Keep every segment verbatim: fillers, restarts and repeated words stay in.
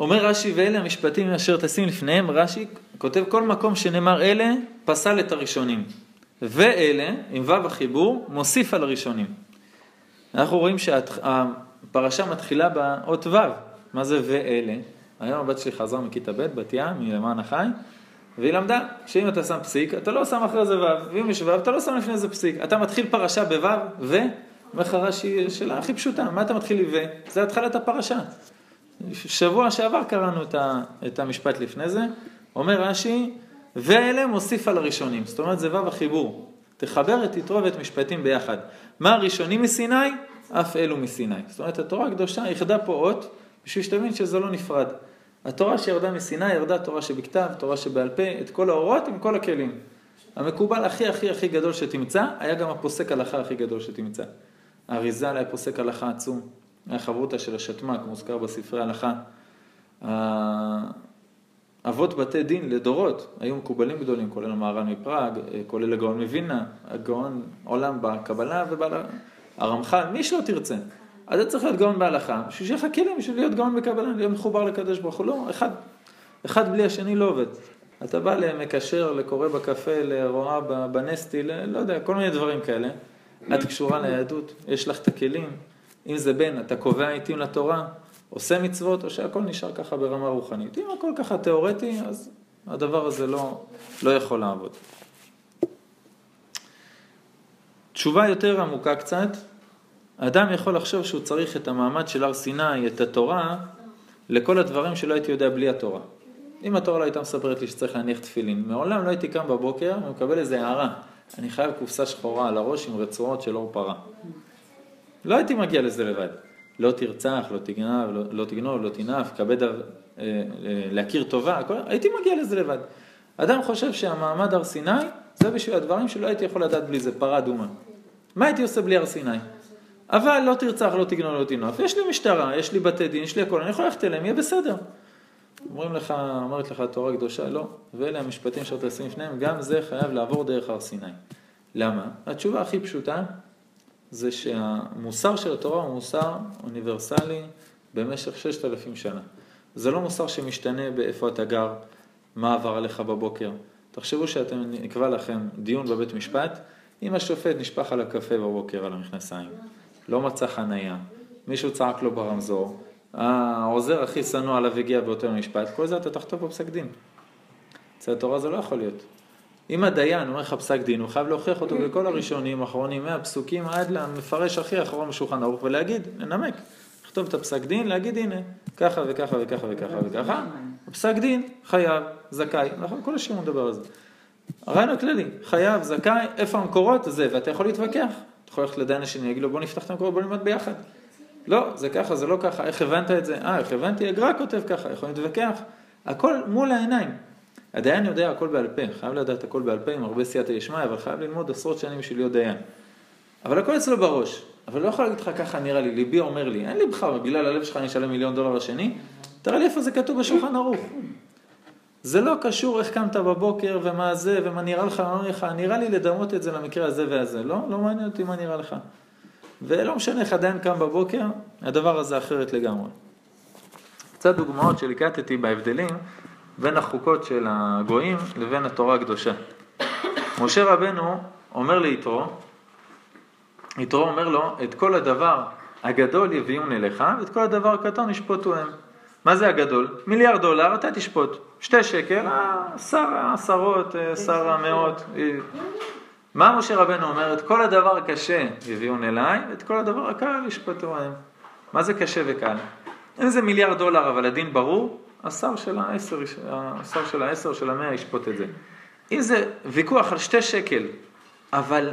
אומר רש"י, ואלה המשפטים אשר תשים לפניהם, רש"י כותב כל מקום שנאמר אלה, פסל את הראשונים. ואלה, עם ו' החיבור, מוסיף על הראשונים. אנחנו רואים שהפרשה מתחילה באות ו'. מה זה ואלה? היום הבת שלי חזרה מכיתה ב', בתיה, מלמען החי, והיא למדה שאם אתה שם פסיק, אתה לא שם אחרי זה ו', ואם יש ו', אתה לא שם לפני זה פסיק. אתה מתחיל פרשה בו' ו, וחרשי שאלה הכי פשוטה, מה אתה מתחיל ו? זה התחלת הפרשה. שבוע שעבר קראנו את, ה, את המשפט לפני זה, אומר רש"י, ואלה מוסיף על הראשונים. זאת אומרת, זה ו' החיבור. תחבר את יתרו ואת משפטים ביחד. מה הראשונים מסיני? אף אלו מסיני. זאת אומרת, התורה הקדושה יחדה פה אות, בשביל שתבין שזה לא נפרד. התורה שירדה מסיני, ירדה תורה שבכתב, תורה שבעל פה, את כל האורות עם כל הכלים. המקובל הכי הכי הכי גדול שתמצא, היה גם הפוסק הלכה הכי גדול שתמצא. האריז"ל היה פוסק הלכה עצום. היה חברותא של השתמ"ק, מוזכר בספרי הלכה. אבות בתי דין לדורות, היו מקובלים גדולים, כולל המהר"ל מפראג, כולל הגאון מווילנה, הגאון עולם בקבלה והרמח"ל, מי שלא תרצה. אז זה צריך להיות גאון בהלכה, בשביל שיהיה לך כלים, בשביל להיות גאון בקבלה, להיות מחובר לקדוש ברוך הוא. לא, אחד, אחד בלי השני לא עובד. אתה בא למקשר, לקורא בקפה, לרואה בנסטי, לא יודע, כל מיני דברים כאלה. את קשורה ליהדות, יש לך את הכלים. אם זה בן, אתה קובע עיתים לתורה, עושה מצוות, או שהכל נשאר ככה ברמה רוחנית. אם הכל ככה תיאורטי, אז הדבר הזה לא, לא יכול לעבוד. תשובה יותר עמוקה קצת, האדם יכול לחשוב שהוא צריך את המעמד של הר סיני, את התורה, לכל הדברים שלא הייתי יודע בלי התורה. אם התורה לא הייתה מספרת לי שצריך להניח תפילין, מעולם לא הייתי קם בבוקר ומקבל איזה הערה. אני חייב קופסה שחורה על הראש עם רצועות של אור פרה. לא הייתי מגיע לזה לבד. לא תרצח, לא תגנב, לא, לא תגנוב, לא תנאף, כבד, אה, אה, להכיר טובה, הכל, הייתי מגיע לזה לבד. אדם חושב שהמעמד הר סיני, זה בשביל הדברים שלא הייתי יכול לדעת בלי זה, פרה אדומה. מה הייתי עושה בלי הר סיני? אבל לא תרצח, לא תגנוב, לא תנאף. יש לי משטרה, יש לי בתי דין, יש לי הכל, אני יכול ללכת אליהם, יהיה בסדר. אומרים לך, אומרת לך תורה קדושה, לא, ואלה המשפטים שאתה עושים לפניהם, גם זה חייב לעבור דרך הר סיני. למה? התשובה הכי פשוטה, זה שהמוסר של התורה הוא מוסר אוניברסלי במשך ששת אלפים שנה. זה לא מוסר שמשתנה באיפה אתה גר, מה עבר עליך בבוקר. תחשבו שאתם נקבע לכם דיון בבית משפט, אם השופט נשפך על הקפה בבוקר על המכנסיים, לא מצא חנייה, מישהו צעק לו ברמזור, העוזר הכי שנוא עליו הגיע באותו משפט, כל זה אתה תכתוב בפסק דין. אצל התורה זה לא יכול להיות. אם הדיין אומר לך פסק דין, הוא חייב להוכיח אותו בכל הראשונים, האחרונים, מהפסוקים עד למפרש הכי האחרון בשולחן ערוך, ולהגיד, לנמק, לכתוב את הפסק דין, להגיד הנה, ככה וככה וככה וככה וככה, הפסק דין, חייב, זכאי, כל השם מדבר על זה. הרעיון הכללי, חייב, זכאי, איפה המקורות? זה, ואתה יכול להתווכח. אתה יכול ללכת לדיין השני, יגיד לו, בוא נפתח את המקורות, בוא נלמד ביחד. לא, זה ככה, זה לא ככה, איך הבנת את זה? אה, איך הבנתי, הגר"א כותב ככה, יכול להתווכח. הכל מול העיניים. הדיין יודע הכל בעל פה, חייב לדעת הכל בעל פה עם הרבה סייעתא דשמיא, אבל חייב ללמוד עשרות שנים בשביל להיות דיין. אבל הכל אצלו בראש. אבל לא יכול להגיד לך ככה, נראה לי, ליבי אומר לי, אין לי בחר, בגלל הלב שלך אני אשלם מיליון דולר לשני, תראה לי איפה זה כתוב בשולחן ערוך. זה לא קשור איך קמת בבוקר ומה זה ומה נראה לך, לא נראה לך, נראה לי לדמות את זה למקרה הזה והזה, לא, לא מעניין אותי מה נראה לך. ולא משנה איך הדיין קם בבוקר, הדבר הזה אחרת לגמרי. קצת דוגמאות שליקטתי בהבדלים בין החוקות של הגויים לבין התורה הקדושה. משה רבנו אומר ליתרו, יתרו אומר לו, את כל הדבר הגדול יביאון אליך, ואת כל הדבר הקטן ישפוטו הם. מה זה הגדול? מיליארד דולר, אתה תשפוט. שתי שקל, עשר, עשרות, עשר המאות. מה משה רבנו אומר? את כל הדבר הקשה יביאון אליי, ואת כל הדבר הקל ישפוטו הם. מה זה קשה וקל? אם זה מיליארד דולר, אבל הדין ברור, השר של העשר, השר של העשר, של המאה ישפוט את זה. אם זה ויכוח על שתי שקל, אבל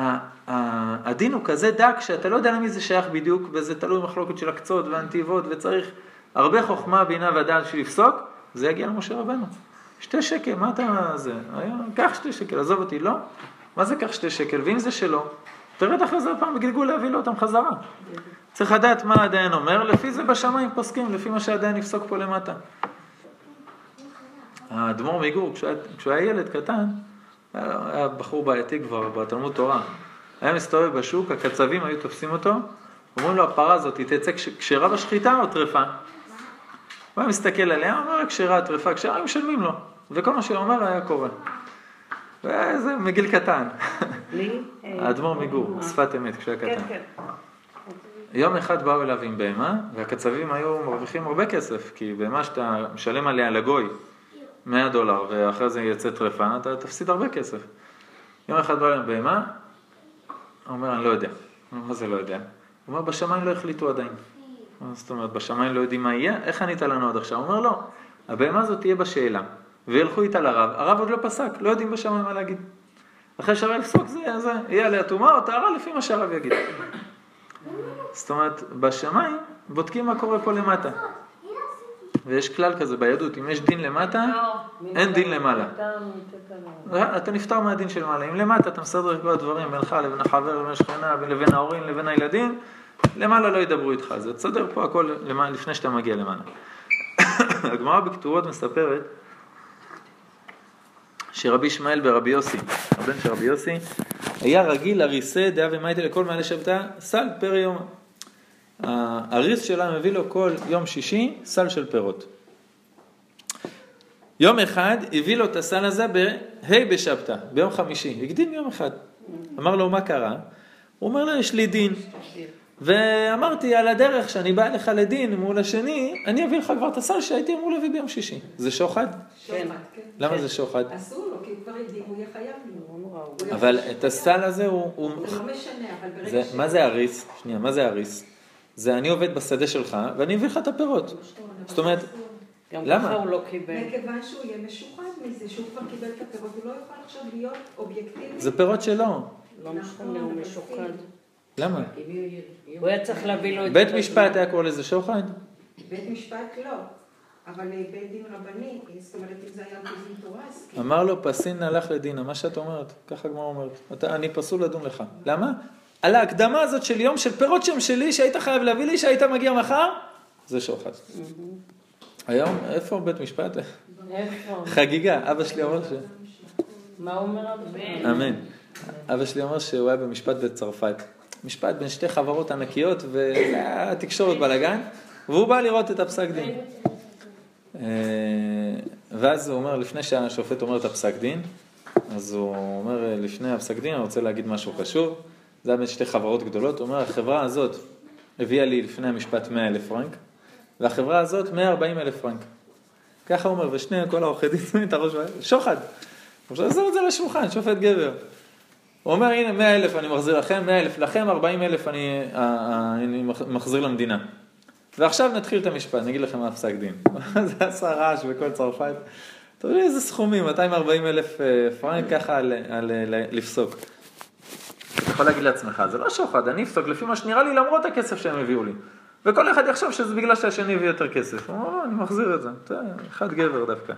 הדין הוא כזה דק שאתה לא יודע למי זה שייך בדיוק, וזה תלוי מחלוקת של הקצות והנתיבות, וצריך הרבה חוכמה, בינה ודעת בשביל לפסוק, זה יגיע למשה רבנו. שתי שקל, מה אתה זה? קח שתי שקל, עזוב אותי, לא? מה זה קח שתי שקל? ואם זה שלא, תרד אחרי זה פעם בגלגול להביא לו אותם חזרה. צריך לדעת מה הדיין אומר, לפי זה בשמיים פוסקים, לפי מה שהדיין יפסוק פה למטה. האדמו"ר מגור, כשהוא, כשהוא היה ילד קטן, היה בחור בעייתי כבר בתלמוד תורה. היה מסתובב בשוק, הקצבים היו תופסים אותו, אומרים לו, הפרה הזאת תצא כשרה בשחיטה או טרפה? הוא היה מסתכל עליה, הוא אומר, כשרה, טרפה, כשרה, היו משלמים לו. וכל מה שהוא אומר היה קורה. וזה מגיל קטן. לי? האדמו"ר מגור, שפת אמת, כשהיה קטן. כן, כן. יום אחד באו אליו עם בהמה, והקצבים היו מרוויחים הרבה כסף, כי בהמה שאתה משלם עליה לגוי מאה דולר, ואחרי זה יצא טרפה, אתה תפסיד הרבה כסף. יום אחד באו אליו עם בהמה, הוא אומר, אני לא יודע. מה זה לא יודע? הוא אומר, בשמיים לא החליטו עדיין. זאת אומרת, בשמיים לא יודעים מה יהיה, איך ענית לנו עד עכשיו? הוא אומר, לא, הבהמה הזאת תהיה בשאלה, וילכו איתה לרב, הרב עוד לא פסק, לא יודעים בשמיים מה להגיד. אחרי שהרב יפסוק, זה, זה, יהיה עליה טומאה או טהרה לפי מה שהרב יגיד. זאת אומרת, בשמיים בודקים מה קורה פה למטה. ויש כלל כזה ביהדות, אם יש דין למטה, אין דין למעלה. אתה נפטר מהדין של מעלה. אם למטה אתה מסדר כל הדברים בינך לבין החבר, לבין השכנה, לבין ההורים, לבין הילדים, למעלה לא ידברו איתך. זה תסדר פה הכל לפני שאתה מגיע למעלה. הגמרא בכתובות מספרת שרבי ישמעאל ברבי יוסי, הבן של רבי יוסי, היה רגיל הריסה דעה ומייטה לכל מעלה שבתא סל פר יום. הריס שלה מביא לו כל יום שישי סל של פירות. יום אחד הביא לו את הסל הזה בהי בשבתא, ביום חמישי, הקדים יום אחד. אמר לו מה קרה? הוא אומר לו יש לי דין. ואמרתי על הדרך שאני בא לך לדין מול השני, אני אביא לך כבר את הסל שהייתי אמור להביא ביום שישי. זה שוחד? כן. למה זה שוחד? אסור לו, כי כבר הדיק, הוא יהיה חייב לו. אבל את הסל הזה הוא... זה לא משנה, אבל ברגע ש... מה זה הריס? שנייה, מה זה הריס? זה אני עובד בשדה שלך ואני אביא לך את הפירות. זאת אומרת, למה? גם ככה הוא לא קיבל. מכיוון שהוא יהיה משוחד מזה, שהוא כבר קיבל את הפירות, הוא לא יוכל עכשיו להיות אובייקטיבי. זה פירות שלו. לא משנה, הוא משוחד. למה? הוא היה צריך להביא לו את... בית משפט היה קורא לזה שוחד? בית משפט לא, אבל בית דין רבני, זאת אומרת, אם זה היה דין תורה, אז... אמר לו, פסין הלך לדינה, מה שאת אומרת, ככה גמרא אומרת, אני פסול לדון לך. למה? על ההקדמה הזאת של יום של פירות שם שלי, שהיית חייב להביא לי, שהיית מגיע מחר, זה שוחד. היום, איפה בית משפט? איפה? חגיגה, אבא שלי אומר ש... מה אומר הבן? אמן. אבא שלי אומר שהוא היה במשפט בצרפת. משפט בין שתי חברות ענקיות, והתקשורת בלגן, והוא בא לראות את הפסק דין. ואז הוא אומר, לפני שהשופט אומר את הפסק דין, אז הוא אומר, לפני הפסק דין, אני רוצה להגיד משהו חשוב. זה היה בין שתי חברות גדולות. הוא אומר, החברה הזאת הביאה לי לפני המשפט מאה אלף פרנק, והחברה הזאת מאה וארבעים אלף פרנק. ככה הוא אומר, ושני כל העורכי דין, את הראש, שוחד. הוא אומר, זה לשולחן, שופט גבר. הוא אומר, הנה, מאה אלף אני מחזיר לכם, מאה אלף לכם, ארבעים אלף אני, אני מחזיר למדינה. ועכשיו נתחיל את המשפט, נגיד לכם מה הפסק דין. זה עשה רעש בכל צרפת. אתה יודע איזה סכומים, מאתיים וארבעים אלף פרנק ככה על, על, על, לפסוק. אתה יכול להגיד לעצמך, זה לא שוחד, אני אפסוק לפי מה שנראה לי למרות הכסף שהם הביאו לי. וכל אחד יחשוב שזה בגלל שהשני הביא יותר כסף. הוא אומר, אני מחזיר את זה. אחד גבר דווקא.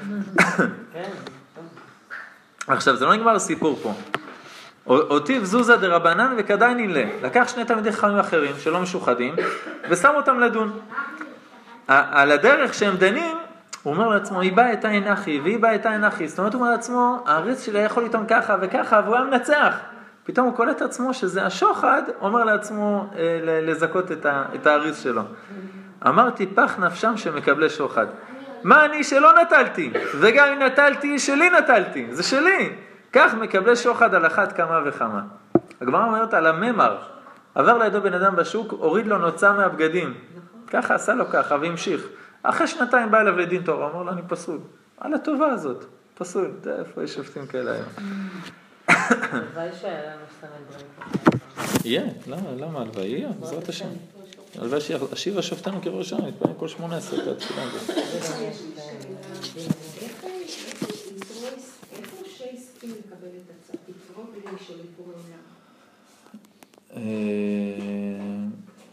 עכשיו, זה לא נגמר הסיפור פה. אותיב זוזה דרבנן וכדאי לה. לקח שני תלמידי חכמים אחרים שלא משוחדים, ושם אותם לדון. על הדרך שהם דנים, הוא אומר לעצמו, היא באה את העין אחי, והיא באה את העין אחי. זאת אומרת, הוא אומר לעצמו, העריץ שלי יכול לטעון ככה וככה, והוא היה מנצח. פתאום הוא קולט עצמו שזה השוחד, אומר לעצמו לזכות את העריץ שלו. אמרתי, פח נפשם שמקבלי שוחד. מה אני שלא נטלתי? וגם אם נטלתי, שלי נטלתי. זה שלי. כך מקבלי שוחד על אחת כמה וכמה. הגמרא אומרת על הממר. עבר לידו בן אדם בשוק, הוריד לו נוצה מהבגדים. ככה עשה לו ככה והמשיך. אחרי שנתיים בא אליו לדין תורה, אמר לו, אני פסול. על הטובה הזאת. פסול. אתה יודע איפה יש שופטים כאלה היום. הלוואי שהיה לנו סנהדרין. יהיה, למה, למה הלוואי? יהיה, בעזרת השם. הלוואי שישיב השופטנו כראש העם, יתפעל כל שמונה עשרה את התפילה הזאת. איפה שהסכים לקבל את הצעה? תקרוא בלי של בורא עולם.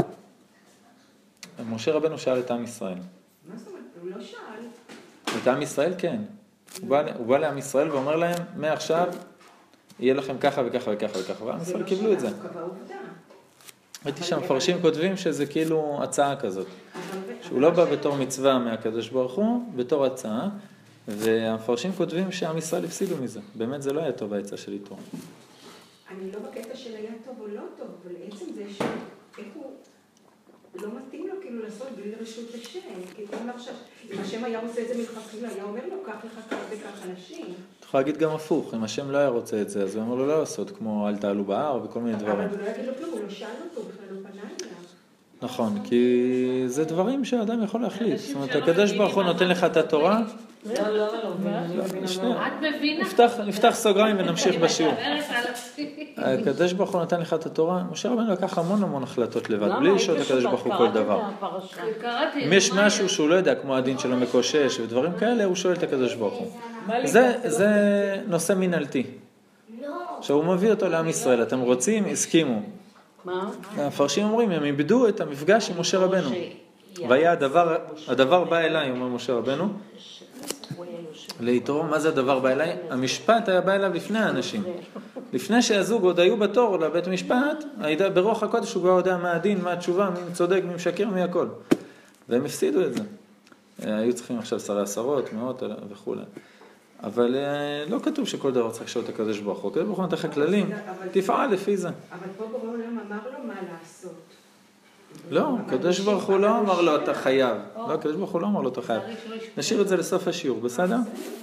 משה רבנו שאל את עם ישראל. מה זאת אומרת? הוא לא שאל. את עם ישראל כן. הוא בא לעם ישראל ואומר להם, מעכשיו יהיה לכם ככה וככה וככה וככה, ועם ישראל קיבלו את זה. הוא קבע עובדה. ראיתי שם מפרשים כותבים שזה כאילו הצעה כזאת. שהוא לא בא בתור מצווה מהקדוש ברוך הוא, בתור הצעה, והמפרשים כותבים שעם ישראל הפסידו מזה. באמת זה לא היה טוב העצה של יתרו. אני לא בקטע של היה טוב או לא טוב, אבל עצם זה ש... איך הוא... לא מתאים לו כאילו לעשות בלי רשות השם, כי אם עכשיו, אם השם היה עושה את זה מלכתחילה, היה אומר לו, קח לך כך וכך אנשים. אתה יכול להגיד גם הפוך, אם השם לא היה רוצה את זה, אז הוא אומר לו לא לעשות, כמו אל תעלו בהר וכל מיני דברים. אבל הוא לא יגיד לו כלום, הוא לא שאל אותו, בכלל לא פנה אליו. נכון, כי זה דברים שהאדם יכול להחליט. זאת אומרת, הקדוש ברוך הוא נותן לך את התורה. לא, לא, לא, שנייה. את מבינה? נפתח סוגריים ונמשיך בשיעור. הקדוש ברוך הוא נתן לך את התורה. משה רבנו לקח המון המון החלטות לבד, בלי לשאול את הקדוש ברוך הוא כל דבר. אם יש משהו שהוא לא יודע, כמו הדין שלו מקושש ודברים כאלה, הוא שואל את הקדוש ברוך הוא. זה נושא מנהלתי. עכשיו הוא מביא אותו לעם ישראל. אתם רוצים? הסכימו. מה? המפרשים אומרים, הם איבדו את המפגש עם משה רבנו. והיה הדבר, הדבר בא אליי, אומר משה רבנו, ליתרו, מה זה הדבר בא אליי? המשפט היה בא אליו לפני האנשים. לפני שהזוג עוד היו בתור לבית משפט, ברוח הקודש הוא כבר יודע מה הדין, מה התשובה, מי צודק, מי משקר, מי הכל. והם הפסידו את זה. היו צריכים עכשיו שרי עשרות, מאות וכו'. אבל לא כתוב שכל דבר צריך לשאול את הקדוש ברוך הוא. הקדוש ברוך הוא נתן לך כללים, תפעל לפי זה. אבל פה בורא עולם אמר לו מה לעשות. לא, הקדוש ברוך הוא לא אמר לו אתה חייב. לא, הקדוש ברוך הוא לא אמר לו אתה חייב. נשאיר את זה לסוף השיעור, בסדר?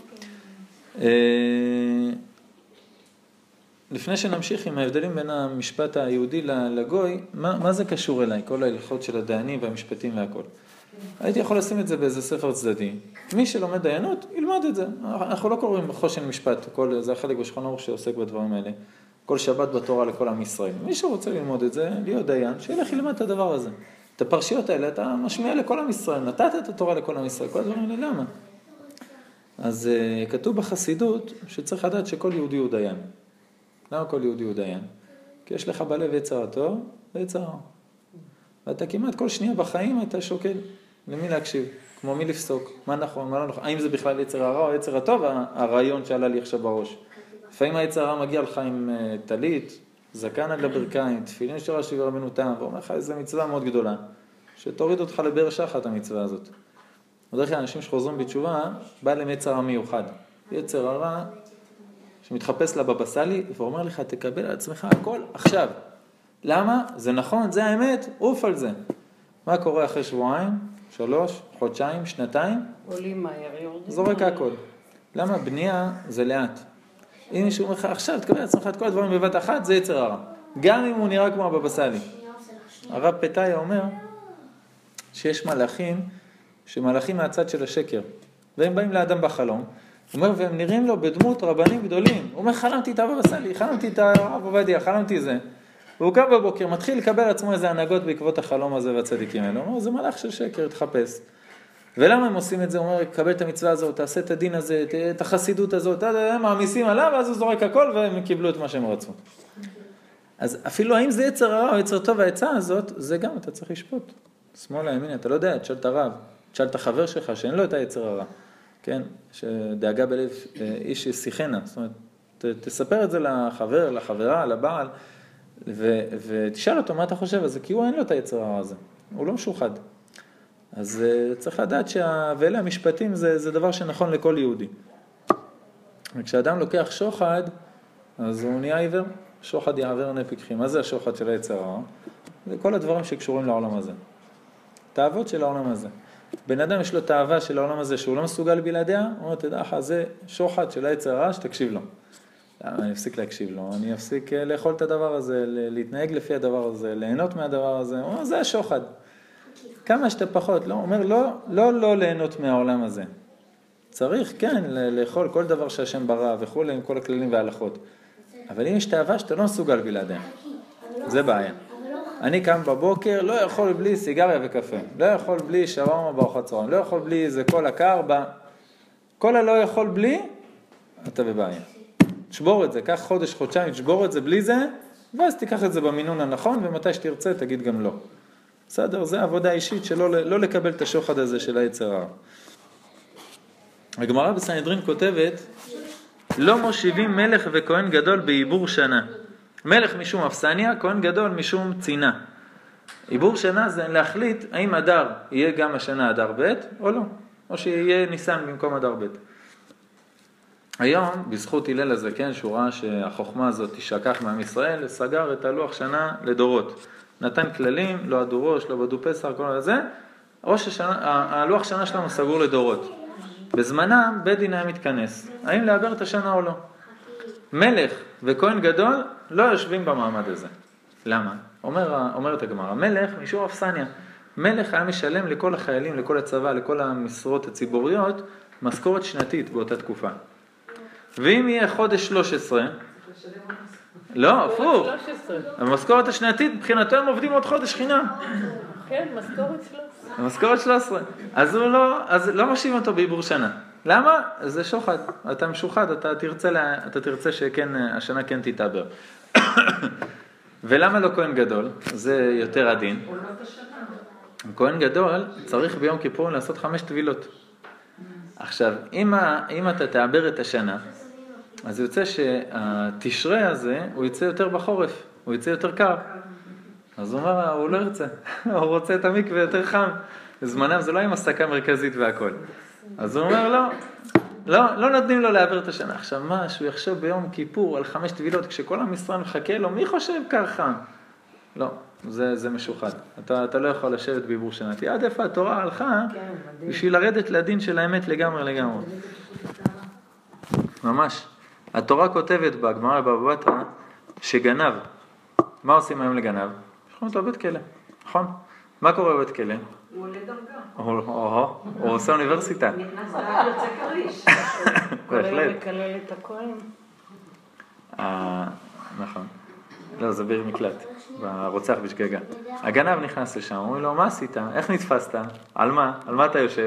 לפני שנמשיך עם ההבדלים בין המשפט היהודי לגוי, מה זה קשור אליי? כל ההלכות של הדיינים והמשפטים והכל. הייתי יכול לשים את זה באיזה ספר צדדי. מי שלומד דיינות, ילמד את זה. אנחנו לא קוראים חושן משפט, זה החלק בשולחן ערוך שעוסק בדברים האלה. כל שבת בתורה לכל עם ישראל. מי שרוצה ללמוד את זה, להיות דיין, שילך ילמד את הדבר הזה. את הפרשיות האלה אתה משמיע לכל עם ישראל, נתת את התורה לכל עם ישראל, כל הדברים האלה, למה? אז uh, כתוב בחסידות שצריך לדעת שכל יהודי הוא דיין. למה כל יהודי הוא דיין? כי יש לך בלב יצר הטוב ויצר הרע. ואתה כמעט כל שנייה בחיים אתה שוקל למי להקשיב, כמו מי לפסוק, מה נכון, מה לא נכון, האם זה בכלל יצר הרע או יצר הטוב, הרעיון שעלה לי עכשיו בראש. לפעמים היצר הרע מגיע לך עם טלית, זקן עד לברכיים, תפילין של רש"י ורבנו תם, ואומר לך איזו מצווה מאוד גדולה, שתוריד אותך לבאר שחת המצווה הזאת. בדרך כלל אנשים שחוזרים בתשובה, בא להם יצר הרע מיוחד. יצר הרע שמתחפש לבבא סאלי, ואומר לך, תקבל על עצמך הכל עכשיו. למה? זה נכון, זה האמת, אוף על זה. מה קורה אחרי שבועיים, שלוש, חודשיים, שנתיים? עולים מהר, יורדים. זורק הכל. למה? בנייה זה לאט. אם מישהו אומר לך, עכשיו תקבל על עצמך את כל הדברים בבת אחת, זה יצר הרע. גם אם הוא נראה כמו הבבא סאלי. הרב פתאיה אומר שיש מלאכים, שמלאכים מהצד של השקר. והם באים לאדם בחלום. הוא אומר, והם נראים לו בדמות רבנים גדולים. הוא אומר, חלמתי את הבבא סאלי, חלמתי את הרב עובדיה, חלמתי זה. והוא קם בבוקר, מתחיל לקבל עצמו איזה הנהגות בעקבות החלום הזה והצדיקים האלה. הוא אומר, זה מלאך של שקר, תחפש. ולמה הם עושים את זה? הוא אומר, קבל את המצווה הזאת, תעשה את הדין הזה, את החסידות הזאת, הם מעמיסים עליו, ואז הוא זורק הכל, והם קיבלו את מה שהם רצו. אז אפילו האם זה יצר הרע או יצר טוב העצה הזאת, זה גם אתה צריך לשפוט. שמאלה, ימינה, אתה לא יודע, תשאל את הרב, תשאל את החבר שלך, שאין לו את היצר הרע. כן? שדאגה בלב איש שיחנה. זאת אומרת, תספר את זה לחבר, לחברה, לבעל, ו- ותשאל אותו מה אתה חושב על זה, כי הוא אין לו את היצר הרע הזה. הוא לא משוחד. אז uh, צריך לדעת שאלה המשפטים זה, זה דבר שנכון לכל יהודי. וכשאדם לוקח שוחד, אז הוא נהיה עיוור. שוחד יעבר נפיקחים. מה זה השוחד של היצר הרע? זה כל הדברים שקשורים לעולם הזה. תאוות של העולם הזה. בן אדם יש לו תאווה של העולם הזה שהוא לא מסוגל בלעדיה, הוא אומר, תדע לך, זה שוחד של היצר הרע שתקשיב לו. אני אפסיק להקשיב לו, אני אפסיק לאכול את הדבר הזה, להתנהג לפי הדבר הזה, ליהנות מהדבר הזה. הוא אומר, זה השוחד. כמה שאתה פחות, לא, אומר, לא, לא, לא ליהנות מהעולם הזה. צריך, כן, לאכול כל דבר שהשם ברא וכו' עם כל הכללים וההלכות. אבל אם יש תאווה שאתה לא מסוגל בלעדיה, זה בעיה. אני קם בבוקר, לא יכול בלי סיגריה וקפה, לא יכול בלי שווארמה בארוחת צהריים, לא יכול בלי זה כל הקר, ב... כל הלא יכול בלי, אתה בבעיה. תשבור את זה, קח חודש, חודשיים, תשבור את זה בלי זה, ואז תיקח את זה במינון הנכון, ומתי שתרצה תגיד גם לא. בסדר, זה עבודה אישית שלא לא לקבל את השוחד הזה של היצר הרע. הגמרא בסנהדרין כותבת, לא מושיבים מלך וכהן גדול בעיבור שנה. מלך משום אפסניה, כהן גדול משום צינה. עיבור שנה זה להחליט האם אדר יהיה גם השנה אדר ב' או לא, או שיהיה ניסן במקום אדר ב'. היום, בזכות הלל הזקן, שהוא ראה שהחוכמה הזאת תשכח מעם ישראל, סגר את הלוח שנה לדורות. נתן כללים, לא עדו ראש, לא בדו פסח, כל זה, ראש השנה, הלוח שנה שלנו סגור לדורות. בזמנם בית דין היה מתכנס, האם לעבר את השנה או לא. מלך וכהן גדול לא יושבים במעמד הזה. למה? אומר, אומרת הגמרא, מלך משום אפסניה. מלך היה משלם לכל החיילים, לכל הצבא, לכל המשרות הציבוריות, משכורת שנתית באותה תקופה. ואם יהיה חודש שלוש עשרה, לא, הפוך. המשכורת השנתית, מבחינתו הם עובדים עוד חודש חינם. כן, משכורת שלוש עשרה. המשכורת שלוש עשרה. אז הוא לא, אז לא משיב אותו בעיבור שנה. למה? זה שוחד. אתה משוחד, אתה תרצה, לה, אתה תרצה שכן, השנה כן תתעבר. ולמה לא כהן גדול? זה יותר עדין. כהן גדול צריך ביום כיפור לעשות חמש טבילות. עכשיו, אם, אם אתה תעבר את השנה, אז יוצא שהתשרי הזה, הוא יצא יותר בחורף, הוא יצא יותר קר. אז הוא אומר, הוא לא ירצה, הוא רוצה את המקווה יותר חם. זמנם זה לא עם הסקה מרכזית והכל. אז הוא אומר, לא, לא, לא נותנים לו לעבר את השנה. עכשיו מה, שהוא יחשוב ביום כיפור על חמש טבילות, כשכל המשרה מחכה לו, מי חושב קר חם? לא, זה, זה משוחד. אתה, אתה לא יכול לשבת בעיבור שנתי. עד איפה התורה הלכה בשביל לרדת לדין של האמת לגמרי לגמרי. ממש. התורה כותבת בגמרא בבא בתרא שגנב, מה עושים היום לגנב? שולחים אותו בבית כלא, נכון? מה קורה בבית כלא? הוא עולה דרגה. הוא עושה אוניברסיטה. נכנס לאט יוצא קריש. בהחלט. מקלל את הכהן. נכון. לא, זה ביר מקלט, ברוצח בשגגה. הגנב נכנס לשם, הוא אומר לו, מה עשית? איך נתפסת? על מה? על מה אתה יושב?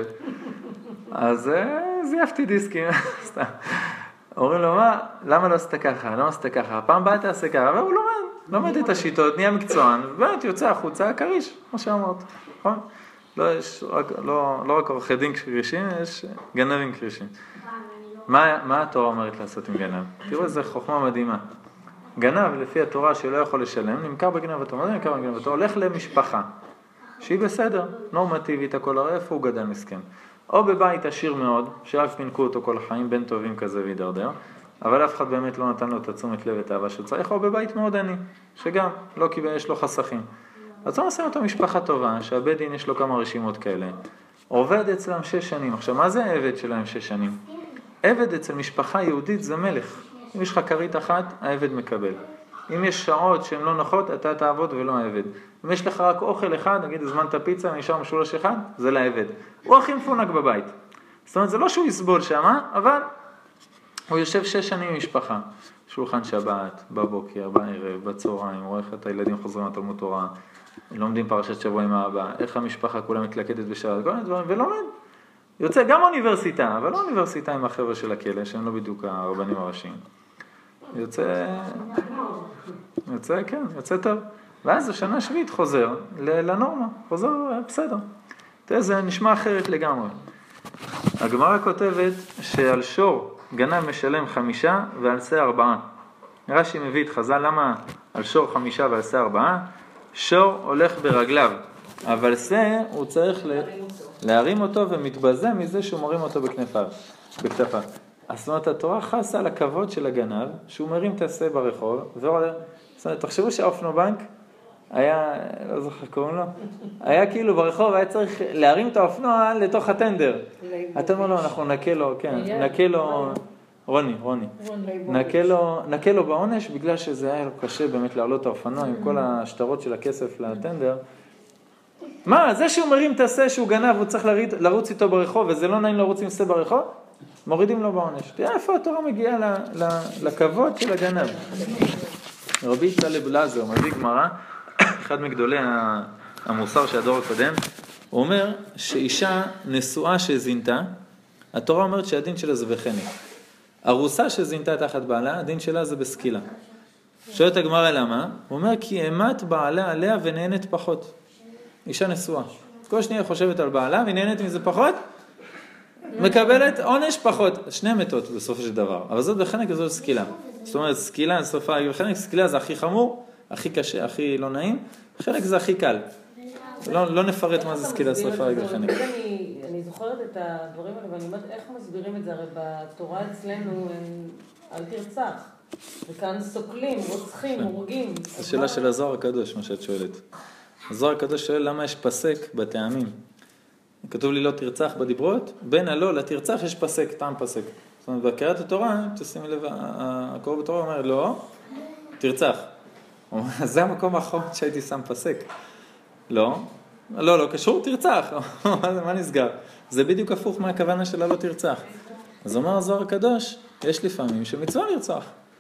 אז זייפתי דיסקים, סתם. אומרים לו, מה? למה לא עשית ככה? לא עשית ככה? הפעם באה תעשה ככה, אבל הוא לומד, לומד את השיטות, נהיה מקצוען, ובאמת יוצא החוצה, קריש, כמו שאמרת, נכון? לא, יש רק, לא, לא רק עורכי דין קרישים, יש גנבים קרישים. מה, מה התורה אומרת לעשות עם גנב? תראו איזה חוכמה מדהימה. גנב, לפי התורה שלא יכול לשלם, נמכר בגנבתו. מה זה נמכר בגנבתו? הולך למשפחה, שהיא בסדר, נורמטיבית, הכל הרי איפה הוא גדל מסכן. או בבית עשיר מאוד, שרק פינקו אותו כל החיים, בין טובים כזה וידרדר, אבל אף אחד באמת לא נתן לו את התשומת לב ואת האהבה שהוא צריך, או בבית מאוד עני, שגם לא קיבל, יש לו חסכים. אז הוא עושה אותו משפחה טובה, שהבית דין יש לו כמה רשימות כאלה. עובד אצלם שש שנים. עכשיו, מה זה העבד שלהם שש שנים? עבד אצל משפחה יהודית זה מלך. אם יש לך כרית אחת, העבד מקבל. אם יש שעות שהן לא נוחות, אתה תעבוד ולא העבד. אם יש לך רק אוכל אחד, נגיד, הזמנת פיצה, נשאר משולש אחד, זה לעבד. הוא הכי מפונק בבית. זאת אומרת, זה לא שהוא יסבול שם, אבל הוא יושב שש שנים עם משפחה. שולחן שבת, בבוקר, בערב, בצהריים, רואה איך את הילדים חוזרים לתלמוד תורה, לומדים פרשת שבוע עם האבא, איך המשפחה כולה מתלכדת בשבת, כל מיני דברים, ולומד. יוצא גם אוניברסיטה, אבל לא אוניברסיטה עם החבר'ה של הכלא, שהם לא בדיוק הרבנים הראשיים. יוצא, יוצא, כן, יוצא טוב. ואז השנה השביעית חוזר לנורמה, חוזר בסדר. תראה, זה נשמע אחרת לגמרי. הגמרא כותבת שעל שור גנב משלם חמישה ועל שא ארבעה. רש"י מביא את חז"ל, למה על שור חמישה ועל שא ארבעה? שור הולך ברגליו, אבל שא הוא צריך ל... להרים אותו ומתבזה מזה שהוא מרים אותו בכנפיו, בכתפיו. זאת אומרת, התורה חסה על הכבוד של הגנב, שהוא מרים את השא ברחוב, ועולה. זאת אומרת, תחשבו שהאופנובנק היה, לא זוכר קוראים לו, היה כאילו ברחוב, היה צריך להרים את האופנוע לתוך הטנדר. אתה אומר לו, אנחנו נקה לו, כן, נקה לו, רוני, רוני, נקה לו, נקה לו בעונש, בגלל שזה היה לו קשה באמת לעלות את האופנוע עם כל השטרות של הכסף לטנדר. מה, זה שהוא מרים את השא שהוא גנב, הוא צריך לריד, לרוץ איתו ברחוב, וזה לא נעים לרוץ עם שא ברחוב? מורידים לו בעונש. תראה איפה התורה מגיעה ל, ל, לכבוד של הגנב. רבי צלב לזר, מביא גמרא, אחד מגדולי המוסר של הדור הקודם, הוא אומר שאישה נשואה שזינתה, התורה אומרת שהדין שלה זה בחני. ארוסה שזינתה תחת בעלה, הדין שלה זה בסקילה. שואלת הגמרא למה? הוא אומר כי אימת בעלה עליה ונהנת פחות. אישה נשואה. כל שניה חושבת על בעלה ונהנת מזה פחות, מקבלת עונש פחות. שני מתות בסופו של דבר. אבל זאת בחנק וזאת סקילה. זאת אומרת, סקילה, סופה, בחנק סקילה זה הכי חמור, הכי קשה, הכי לא נעים. חלק זה הכי קל. לא, לא נפרט מה זה סקילה, שריפה, בחנק. אני, אני זוכרת את הדברים האלה, ואני אומרת, איך מסבירים את זה? הרי בתורה אצלנו, אל תרצח. וכאן סוקלים, רוצחים, הורגים. זו שאלה של הזוהר הקדוש, מה שאת שואלת. הזוהר הקדוש שואל למה יש פסק בטעמים. כתוב לי לא תרצח בדיברות, בין הלא לתרצח יש פסק, טעם פסק. זאת אומרת, בקריאת התורה, תשימי לב, הקורא בתורה אומר לא, תרצח. זה המקום האחרון שהייתי שם פסק. לא, לא, לא קשור, תרצח. מה נסגר? זה בדיוק הפוך מהכוונה שלה לא תרצח. אז אומר הזוהר הקדוש, יש לפעמים שמצווה לרצח.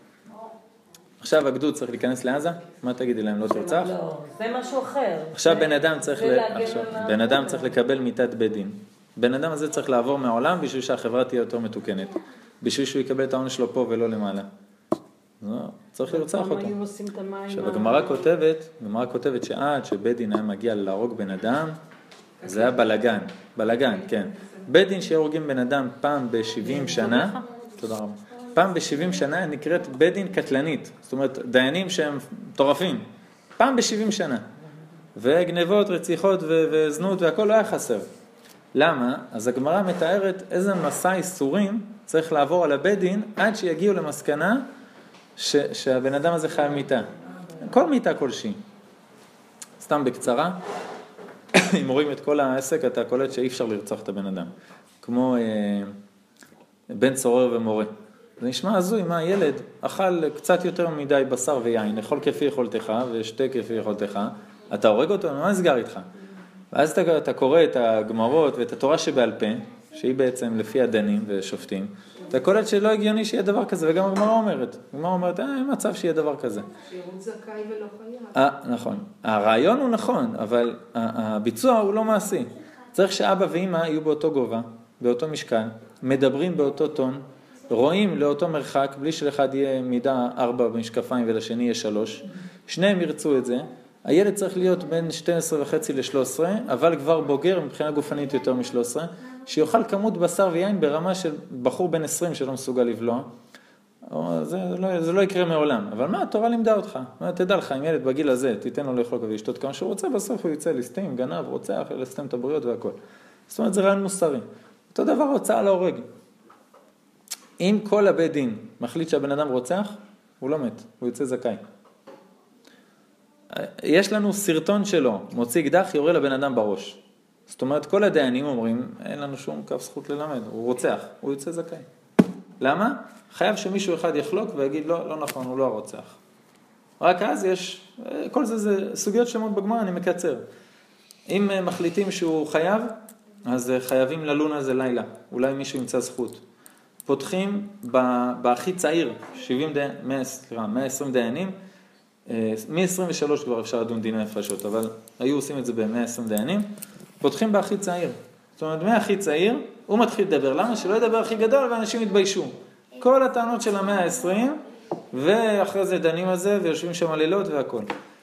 עכשיו הגדוד צריך להיכנס לעזה? מה תגידי להם, לא תרצח? לא, זה משהו אחר. עכשיו בן אדם צריך, ל... עכשיו, בן אדם צריך לקבל מיתת בית דין. בן אדם הזה צריך לעבור מהעולם בשביל שהחברה תהיה יותר מתוקנת. בשביל שהוא יקבל את העונש שלו פה ולא למעלה. לא, צריך לרצח אותו. עכשיו הגמרא כותבת, הגמרא כותבת שעד שבית דין היה מגיע להרוג בן אדם, זה היה בלגן, בלגן, כן. בית דין שהורגים בן אדם פעם ב-שבעים שנה, תודה רבה. פעם ב-שבעים שנה נקראת בית דין קטלנית, זאת אומרת דיינים שהם מטורפים, פעם ב-שבעים שנה. וגנבות, רציחות ו- וזנות והכל לא היה חסר. למה? אז הגמרא מתארת איזה מסע איסורים צריך לעבור על הבית דין עד שיגיעו למסקנה ש- שהבן אדם הזה חייב מיתה. כל מיתה כלשהי. סתם בקצרה, אם רואים את כל העסק אתה קולט שאי אפשר לרצוח את הבן אדם. כמו אה, בן צורר ומורה. זה נשמע הזוי, מה הילד אכל קצת יותר מדי בשר ויין, אכול כפי יכולתך ושתה כפי יכולתך, אתה הורג אותו, מה נסגר איתך? ואז אתה, אתה קורא את הגמרות ואת התורה שבעל פה, שהיא בעצם לפי הדנים ושופטים, אתה קולט שלא הגיוני שיהיה דבר כזה, וגם הגמרא אומרת, הגמרא אומרת, אה, אין מצב שיהיה דבר כזה. שירות זכאי ולא חייב. אה, נכון. הרעיון הוא נכון, אבל הביצוע הוא לא מעשי. צריך שאבא ואמא יהיו באותו גובה, באותו משקל, מדברים באותו טון, רואים לאותו מרחק, בלי שלאחד יהיה מידה ארבע במשקפיים ולשני יהיה שלוש, שניהם ירצו את זה, הילד צריך להיות בין שתים עשרה וחצי ל-שלוש עשרה, אבל כבר בוגר מבחינה גופנית יותר מ-שלוש עשרה, שיוכל כמות בשר ויין ברמה של בחור בן עשרים שלא מסוגל לבלוע, זה לא, זה לא יקרה מעולם, אבל מה, התורה לימדה אותך, מה, תדע לך, אם ילד בגיל הזה, תיתן לו לאכול ולשתות כמה שהוא רוצה, בסוף הוא יצא לסתים, גנב, רוצח, לסתם את הבריות והכל. זאת אומרת, זה רעיון מוסרי. אותו דבר הוצאה להורג. אם כל הבית דין מחליט שהבן אדם רוצח, הוא לא מת, הוא יוצא זכאי. יש לנו סרטון שלו, מוציא אקדח, יורה לבן אדם בראש. זאת אומרת, כל הדיינים אומרים, אין לנו שום כף זכות ללמד, הוא רוצח, הוא יוצא זכאי. למה? חייב שמישהו אחד יחלוק ויגיד, לא, לא נכון, הוא לא הרוצח. רק אז יש, כל זה זה סוגיות שמות בגמרא, אני מקצר. אם מחליטים שהוא חייב, אז חייבים ללון על זה לילה, אולי מישהו ימצא זכות. פותחים בהכי צעיר, שבעים די... מאה ועשרים דיינים, מ-עשרים ושלוש כבר אפשר לדון דיני נפשות, אבל היו עושים את זה ב-מאה ועשרים דיינים, פותחים בהכי צעיר. זאת אומרת, מהכי צעיר, הוא מתחיל לדבר. למה? שלא ידבר הכי גדול ואנשים יתביישו. כל הטענות של המאה העשרים, ואחרי זה דנים על זה ויושבים שם לילות והכל.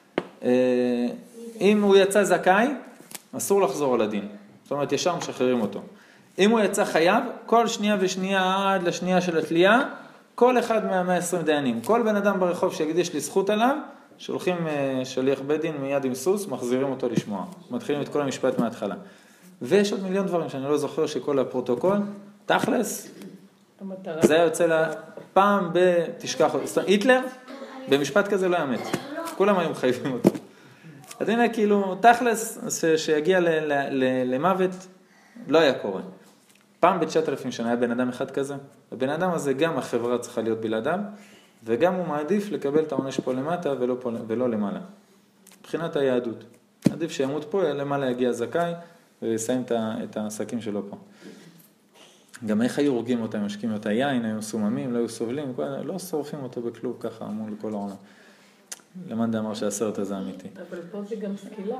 אם הוא יצא זכאי, אסור לחזור על הדין. זאת אומרת, ישר משחררים אותו. אם הוא יצא חייב, כל שנייה ושנייה עד לשנייה של התלייה, כל אחד מה-מאה ועשרים דיינים, כל בן אדם ברחוב שיגיד יש לי זכות עליו, שולחים שליח בית דין מיד עם סוס, מחזירים אותו לשמוע. מתחילים את כל המשפט מההתחלה. ויש עוד מיליון דברים שאני לא זוכר שכל הפרוטוקול, תכלס, זה היה יוצא לה פעם בתשכח, היטלר, במשפט כזה לא יאמת. כולם היו מחייבים אותו. אז הנה כאילו, תכלס, שיגיע למוות, לא היה קורה. פעם בתשעת אלפים שנה היה בן אדם אחד כזה. הבן אדם הזה גם החברה צריכה להיות בלעדיו, וגם הוא מעדיף לקבל את העונש פה למטה ולא, פה, ולא למעלה. מבחינת היהדות. עדיף שימות פה, למעלה יגיע זכאי, ויסיים את העסקים שלו פה. גם איך היו הורגים אותם, משקים אותה יין, היו סוממים, לא היו סובלים, לא שורפים אותו בכלוב ככה מול כל העולם. למען דאמר שהסרט הזה אמיתי. אבל פה זה גם סקילה.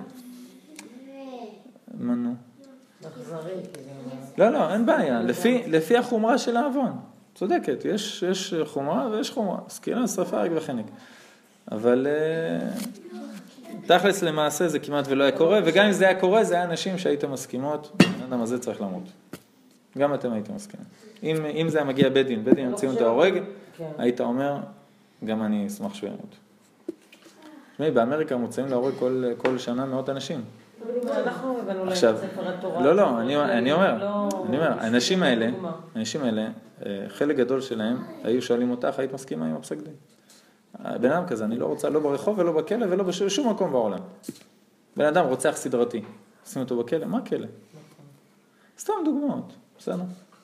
מנו. מחזרי. לא, לא, אין בעיה. לפי, לפי החומרה של העוון. צודקת, יש, יש חומרה ויש חומרה. סקילה, שרפה, הרג וחנק. אבל תכלס למעשה זה כמעט ולא היה קורה, וגם אם זה היה קורה, זה היה אנשים שהיית מסכימות, האדם הזה צריך למות. גם אתם הייתם מסכימים. אם, אם זה היה מגיע בית דין, בית דין המציאו את ההורג, היית אומר, גם אני אשמח שהוא ימות. תשמעי, באמריקה מוצאים להורג כל, כל שנה מאות אנשים. אנחנו הבנו להם עכשיו, ספר התורה. לא, לא, אני, אני אומר, אני אומר, האנשים האלה, האנשים האלה, חלק גדול שלהם, היו שואלים אותך, היית מסכימה עם הפסק דין? בן אדם כזה, אני לא רוצה לא ברחוב ולא בכלא ולא בשום מקום בעולם. בן אדם רוצח סדרתי, עושים אותו בכלא, מה כלא? סתם דוגמאות, בסדר?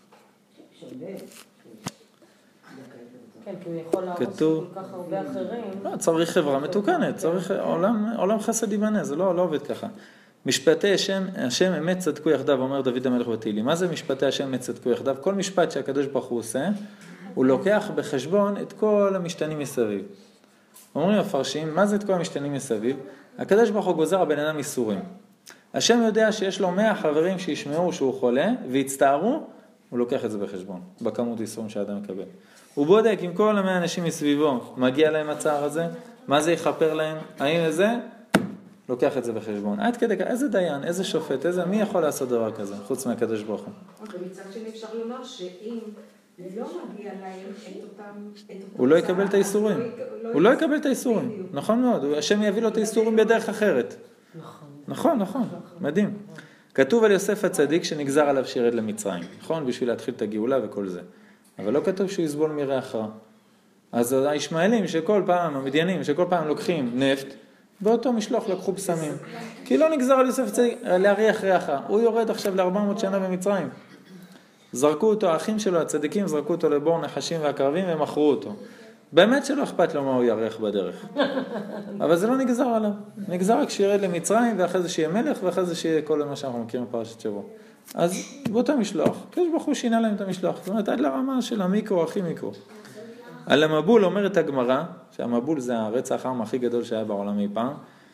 כן, כי הוא יכול להרוס כתוב- כל כך הרבה אחרים. לא, צריך חברה מתוקנת, צריך עולם, עולם חסד ייבנה, זה לא, לא עובד ככה. משפטי השם, השם אמת צדקו יחדיו, אומר דוד המלך בתהילים. מה זה משפטי השם אמת צדקו יחדיו? כל משפט שהקדוש ברוך הוא עושה, הוא לוקח בחשבון את כל המשתנים מסביב. אומרים המפרשים, מה זה את כל המשתנים מסביב? הקדוש ברוך הוא גוזר הבן אדם איסורים. השם יודע שיש לו מאה חברים שישמעו שהוא חולה, והצטערו, הוא לוקח את זה בחשבון, בכמות איסורים שהאדם מקבל. הוא בודק עם כל המאה אנשים מסביבו, מגיע להם הצער הזה, מה זה יכפר להם, האם זה, לוקח את זה בחשבון. עד כדי, איזה דיין, איזה שופט, איזה, מי יכול לעשות דבר כזה, חוץ מהקדוש ברוך הוא? ומצד שני אפשר לומר שאם לא מגיע להם את אותם... את אותם הוא לא יקבל צער, את האיסורים, לא- הוא לא יקבל את האיסורים, נכון מאוד, השם יביא לו את האיסורים בדרך אחרת. נכון, נכון, מדהים. כתוב על יוסף הצדיק שנגזר עליו שירד למצרים, נכון? בשביל להתחיל את הגאולה וכל זה. אבל לא כתוב שהוא יסבול מריח רע. אז הישמעאלים שכל פעם, המדיינים שכל פעם לוקחים נפט, באותו משלוח לקחו פסמים. כי לא נגזר על יוסף הצדיק להריח ריח רע. הוא יורד עכשיו ל-ארבע מאות שנה במצרים. זרקו אותו, האחים שלו, הצדיקים, זרקו אותו לבור נחשים ועקרבים ומכרו אותו. באמת שלא אכפת לו מה הוא ירח בדרך. אבל זה לא נגזר עליו. נגזר רק שירד למצרים, ואחרי זה שיהיה מלך, ואחרי זה שיהיה כל מה שאנחנו מכירים בפרשת שבוע. אז באותו משלוח, קדוש ברוך הוא שינה להם את המשלוח. זאת אומרת, עד לרמה של המיקרו, הכי מיקרו. על המבול אומרת הגמרא, שהמבול זה הרצח העם הכי גדול שהיה בעולם אי פעם,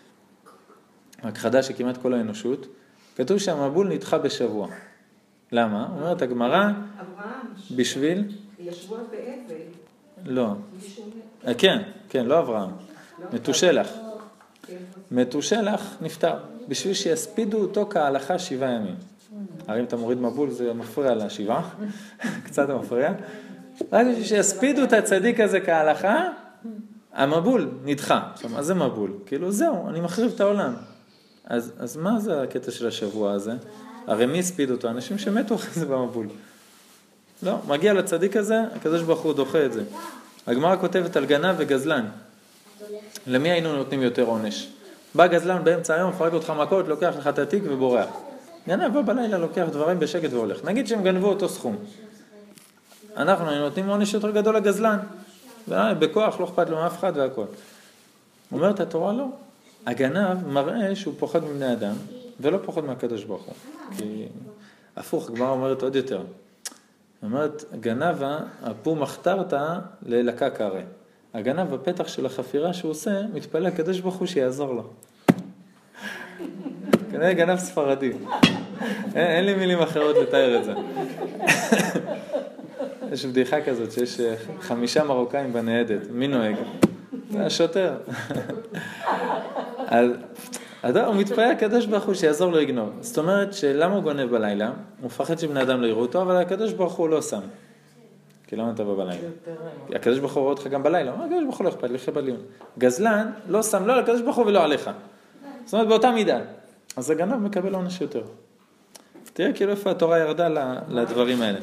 הכחדה שכמעט כל האנושות, כתוב שהמבול נדחה בשבוע. למה? אומרת הגמרא, אברהם, בשביל? ישבו באבל. לא. מישהו... כן, כן, לא אברהם. מתושלח. מתושלח נפטר. בשביל שיספידו אותו כהלכה שבעה ימים. הרי אם אתה מוריד מבול זה מפריע לשבעה. קצת מפריע. רק בשביל שיספידו את הצדיק הזה כהלכה, המבול נדחה. עכשיו, מה זה מבול? כאילו זהו, אני מחריב את העולם. אז, אז מה זה הקטע של השבוע הזה? הרי מי הספיד אותו? אנשים שמתו אחרי זה במבול. לא, מגיע לצדיק הזה, הקדוש ברוך הוא דוחה את זה. הגמרא כותבת על גנב וגזלן. למי היינו נותנים יותר עונש? בא גזלן באמצע היום, מפרק אותך מכות, לוקח לך את התיק ובורח. גנב בא בלילה, לוקח דברים בשקט והולך. נגיד שהם גנבו אותו סכום. אנחנו היינו נותנים עונש יותר גדול לגזלן. בכוח לא אכפת לו מאף אחד והכל. אומרת התורה לא. הגנב מראה שהוא פוחד מבני אדם, ולא פוחד מהקדוש ברוך הוא. כי הפוך, הגמרא אומרת עוד יותר. אומרת, גנבה, הפו מחתרתה ללקה קרא. הגנב בפתח של החפירה שהוא עושה, מתפלל הקדוש ברוך הוא שיעזור לו. כנראה גנב ספרדי. אין, אין לי מילים אחרות לתאר את זה. יש בדיחה כזאת שיש חמישה מרוקאים בניידת. מי נוהג? זה השוטר. אז, אז הוא מתפלל הקדוש ברוך הוא שיעזור לו לגנוב. זאת אומרת שלמה הוא גונב בלילה? הוא מפחד שבני אדם לא יראו אותו, אבל הקדוש ברוך הוא לא שם. כי למה אתה בא בלילה? הקדוש ברוך הוא רואה אותך גם בלילה. הקדוש ברוך הוא לא אכפת, לך בליון. גזלן לא שם לא על הקדוש ברוך הוא ולא עליך. זאת אומרת באותה מידה. אז הגנב מקבל עונש יותר. תראה כאילו איפה התורה ירדה לדברים האלה.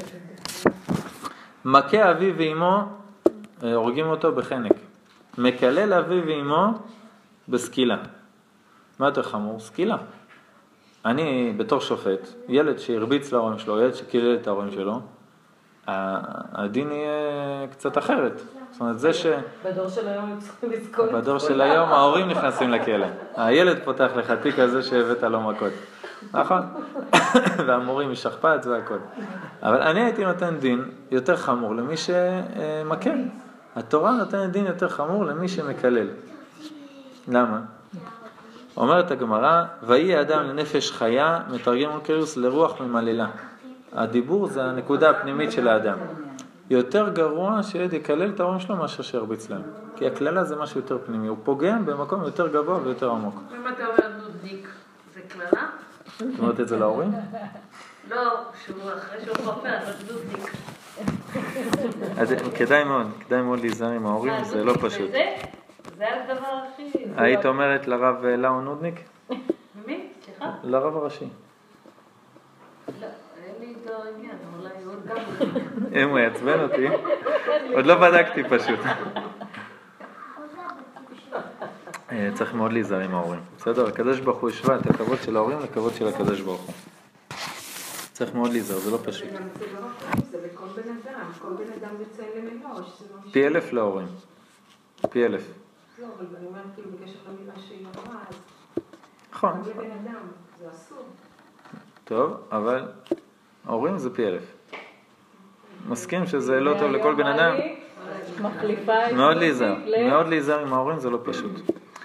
מכה אבי ואימו, הורגים אותו בחנק. מקלל אבי ואימו בסקילה. מה יותר חמור? סקילה. אני בתור שופט, ילד שהרביץ להורים שלו, ילד שקילל את ההורים שלו, הדין יהיה קצת אחרת. זאת אומרת, זה ש... בדור של היום הם צריכים לזכות. בדור של היום ההורים נכנסים לכלא. הילד פותח לך תיק הזה שהבאת לו מכות. נכון? והמורים משכפ"ץ והכל. אבל אני הייתי נותן דין יותר חמור למי שמכה. התורה נותנת דין יותר חמור למי שמקלל. למה? אומרת הגמרא, ויהי האדם לנפש חיה, מתרגם אונקלוס לרוח ממללה. הדיבור זה הנקודה הפנימית של האדם. יותר גרוע שילד יקלל את ההורים שלו מאשר שירביץ להם. כי הכללה זה משהו יותר פנימי, הוא פוגם במקום יותר גבוה ויותר עמוק. אם אתה אומר נודניק, זה כללה? זאת אומרת את זה להורים? לא, שהוא אחרי שהוא חופר, אבל נודניק. אז כדאי מאוד, כדאי מאוד להיזהר עם ההורים, זה לא פשוט. זה הדבר הכי... היית אומרת לרב לאו נודניק? מי? סליחה? לרב הראשי. לא, אין לי איתו עניין, אולי עוד גם... אם הוא יעצבן אותי, עוד לא בדקתי פשוט. צריך מאוד להיזהר עם ההורים. בסדר? הקדוש ברוך הוא השווה את הכבוד של ההורים לכבוד של הקדוש ברוך הוא. צריך מאוד להיזהר, זה לא פשוט. זה לא רק זה לכל בן אדם, כל בן אדם יוצא למלוא, שזה לא משנה. פי אלף להורים. פי אלף. לא, אבל אני אומרת כאילו בקשר למילה שהיא אמרה, אז... נכון. גם לבן אדם, זה אסור. טוב, אבל ההורים זה פי אלף. מסכים שזה לא טוב לכל בן אדם? מאוד להיזהר. מאוד להיזהר עם ההורים זה לא פשוט.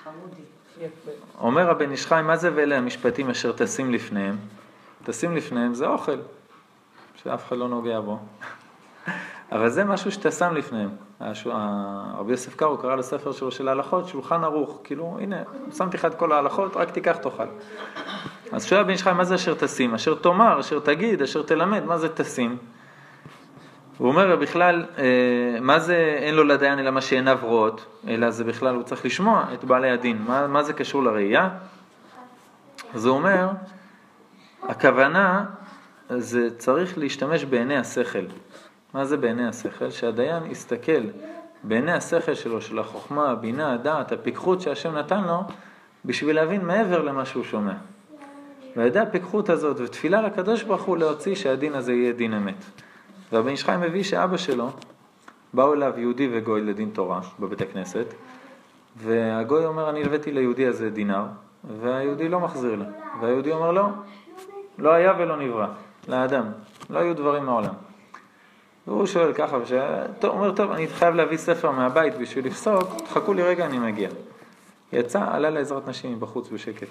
אומר הבן איש חי, מה זה ואלה המשפטים אשר תשים לפניהם? תשים לפניהם זה אוכל, שאף אחד לא נוגע בו. אבל זה משהו שאתה שם לפניהם. רבי יוסף קארו קרא לספר שלו של ההלכות, שולחן ערוך. כאילו, הנה, שמתי לך את כל ההלכות, רק תיקח תאכל. אז שואל הבן איש חי, מה זה אשר תשים? אשר תאמר, אשר תגיד, אשר תלמד, מה זה תשים? הוא אומר בכלל, מה זה אין לו לדיין אלא מה שעיניו רואות, אלא זה בכלל, הוא צריך לשמוע את בעלי הדין. מה, מה זה קשור לראייה? אז הוא אומר, הכוונה זה צריך להשתמש בעיני השכל. מה זה בעיני השכל? שהדיין יסתכל בעיני השכל שלו, של החוכמה, הבינה, הדעת, הפיקחות שהשם נתן לו, בשביל להבין מעבר למה שהוא שומע. והידי הפיקחות הזאת ותפילה לקדוש ברוך הוא להוציא שהדין הזה יהיה דין אמת. והבן איש חי מביא שאבא שלו, באו אליו יהודי וגוי לדין תורה בבית הכנסת, והגוי אומר, אני הבאתי ליהודי הזה דינר, והיהודי לא מחזיר לה. והיהודי אומר, לא, לא היה ולא נברא, לאדם, לא היו דברים מעולם. והוא שואל ככה, הוא אומר, טוב, אני חייב להביא ספר מהבית בשביל לפסוק, תחכו לי רגע, אני מגיע. יצא, עלה לעזרת נשים בחוץ בשקט.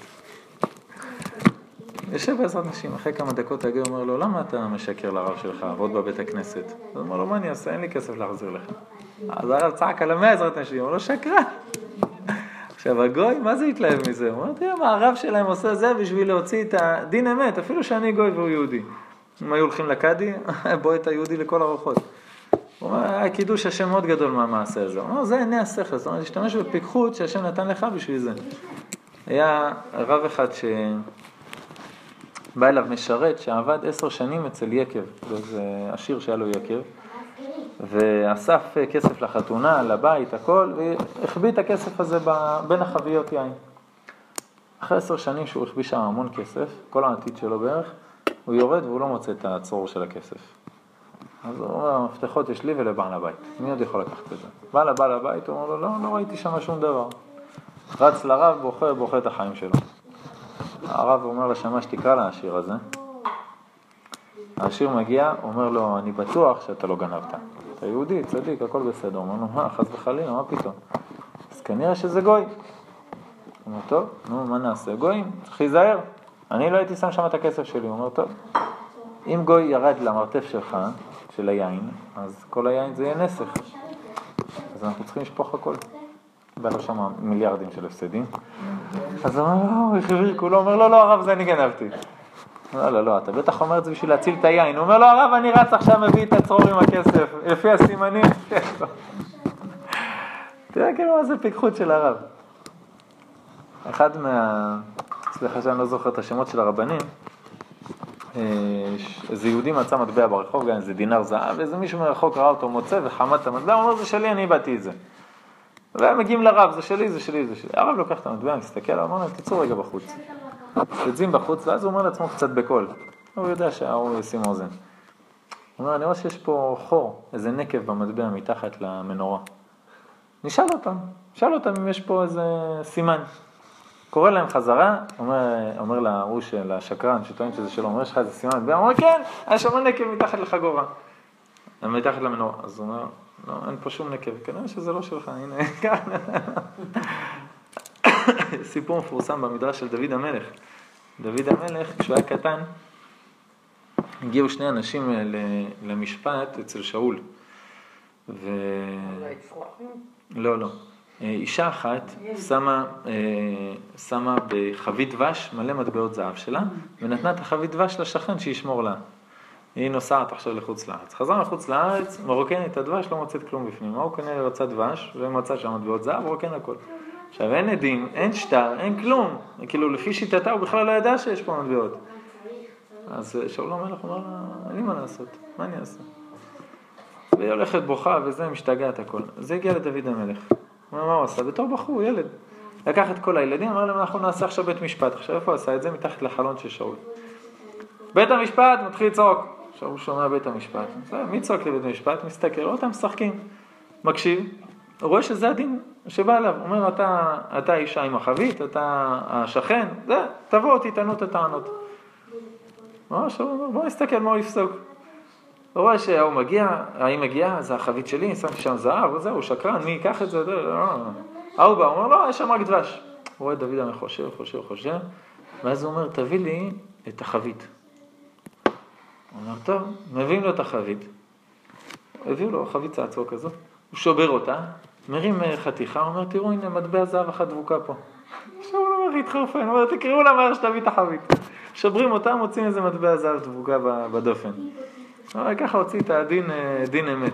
יושב בעזרת נשים, אחרי כמה דקות הגוי אומר לו, למה אתה משקר לרב שלך, עבוד בבית הכנסת? אז הוא אומר לו, מה אני אעשה? אין לי כסף להחזיר לך. אז הרב צעק על המאה עזרת נשים, הוא אומר לו, שקרה. עכשיו הגוי, מה זה התלהב מזה? הוא אומר, תראה מה, הרב שלהם עושה זה בשביל להוציא את הדין אמת, אפילו שאני גוי והוא יהודי. אם היו הולכים לקדי, בוא את היהודי לכל הרוחות. הוא אומר, היה קידוש השם מאוד גדול מהמעשה הזה. הוא אומר, זה עיני השכל, זאת אומרת, להשתמש בפיקחות שהשם נתן לך בשביל זה. היה רב אחד ש... בא אליו משרת שעבד עשר שנים אצל יקב, זה עשיר שהיה לו יקב, ואסף כסף לחתונה, לבית, הכל, והחביא את הכסף הזה בין החביות יין. אחרי עשר שנים שהוא החביא שם המון כסף, כל העתיד שלו בערך, הוא יורד והוא לא מוצא את הצרור של הכסף. אז הוא אומר, המפתחות יש לי ולבעל הבית, מי עוד יכול לקחת את זה? בא לבעל הבית, הוא אומר לו, לא, לא ראיתי שם שום דבר. רץ לרב, בוכה, בוכה את החיים שלו. הרב אומר לשמש, תקרא לעשיר הזה. העשיר מגיע, אומר לו, אני בטוח שאתה לא גנבת. אתה יהודי, צדיק, הכל בסדר. אומר לו, מה, חס וחלילה, מה פתאום? אז כנראה שזה גוי. הוא אומר, טוב, נו, מה נעשה? גויים, צריך להיזהר. אני לא הייתי שם שם את הכסף שלי. הוא אומר, טוב, אם גוי ירד למרתף שלך, של היין, אז כל היין זה יהיה נסך. אז אנחנו צריכים לשפוך הכל. בא לו שם מיליארדים של הפסדים. אז הוא אומר, לא, הוא החביר כולו, הוא אומר, לא, לא, הרב, זה אני גנבתי. לא, לא, לא, אתה בטח אומר את זה בשביל להציל את היין. הוא אומר, לא, הרב, אני רץ עכשיו מביא את הצרור עם הכסף, לפי הסימנים. תראה כאילו מה זה פיקחות של הרב. אחד מה... סליחה שאני לא זוכר את השמות של הרבנים, איזה יהודי מצא מטבע ברחוב, גם איזה דינר זהב, ואיזה מישהו מרחוק ראה אותו מוצא וחמד את המטבע, הוא אומר, זה שלי, אני איבדתי את זה. והם מגיעים לרב, זה שלי, זה שלי, זה שלי. הרב לוקח את המטבע, מסתכל, הוא אומר להם, תצאו רגע בחוץ. יוצאים בחוץ, ואז הוא אומר לעצמו קצת בקול. הוא יודע שההוא ישים אוזן. הוא אומר, אני רואה שיש פה חור, איזה נקב במטבע מתחת למנורה. נשאל אותם, נשאל אותם אם יש פה איזה סימן. קורא להם חזרה, אומר, אומר להוא של השקרן, שטוען שזה שלו, אומר, יש לך איזה סימן? הוא אומר, כן, היה שם נקב מתחת לחגורה. מתחת למנורה. אז הוא אומר, לא, אין פה שום נקב, כנראה שזה לא שלך, הנה, כאן. סיפור מפורסם במדרש של דוד המלך. דוד המלך, כשהוא היה קטן, הגיעו שני אנשים למשפט אצל שאול. ו... לא, לא. אישה אחת שמה, שמה בחבית דבש מלא מטבעות זהב שלה, ונתנה את החבית דבש לשכן שישמור לה. היא נוסעת עכשיו לחוץ לארץ. חזרה מחוץ לארץ, מרוקן את הדבש, לא מוצאת כלום בפנים. הוא כנראה רצה דבש, ומצא שם מטבעות זהב, מרוקן הכל. עכשיו, אין עדים, אין שטר, אין כלום. כאילו, לפי שיטתה, הוא בכלל לא ידע שיש פה מטבעות. אז שאול המלך אומר לה, אין לי מה לעשות, מה אני אעשה? והיא הולכת בוכה וזה, משתגעת הכל. זה הגיע לדוד המלך. הוא אומר, מה הוא עשה? בתור בחור, ילד. לקח את כל הילדים, אמר להם, אנחנו נעשה עכשיו בית משפט. עכשיו איפה הוא עשה את זה? מתחת לחלון של שאול. בית המשפט מתחיל לצעוק. עכשיו הוא שומע בית המשפט. מי צועק לבית המשפט? מסתכל, רואה אותם משחקים. מקשיב, הוא רואה שזה הדין שבא אליו. הוא אומר, אתה, אתה אישה עם החבית, אתה השכן, זה, תבואו, תטענו את הטענות. עכשיו הוא אומר, בוא נסתכל מה הוא יפסוק. הוא רואה שהוא מגיע, היא מגיעה, זה החבית שלי, שמתי שם זהב, וזה, הוא שקרן, מי ייקח את זה? הוא בא, הוא אומר, לא, יש שם רק דבש. הוא רואה דוד המלך חושב, חושב, חושב, ואז הוא אומר, תביא לי את החבית. הוא אומר, טוב, מביאים לו את החבית. הביאו לו חבית צעצוע כזאת, הוא שובר אותה, מרים חתיכה, הוא אומר, תראו, הנה מטבע זהב אחת דבוקה פה. עכשיו הוא אומר, התחרפן, הוא אומר, תקראו לה מהר שתביא את החבית. שוברים אותה, מוצאים איזה מטבע זהב דבוקה בדופן. אבל ככה הוציא את הדין, דין אמת.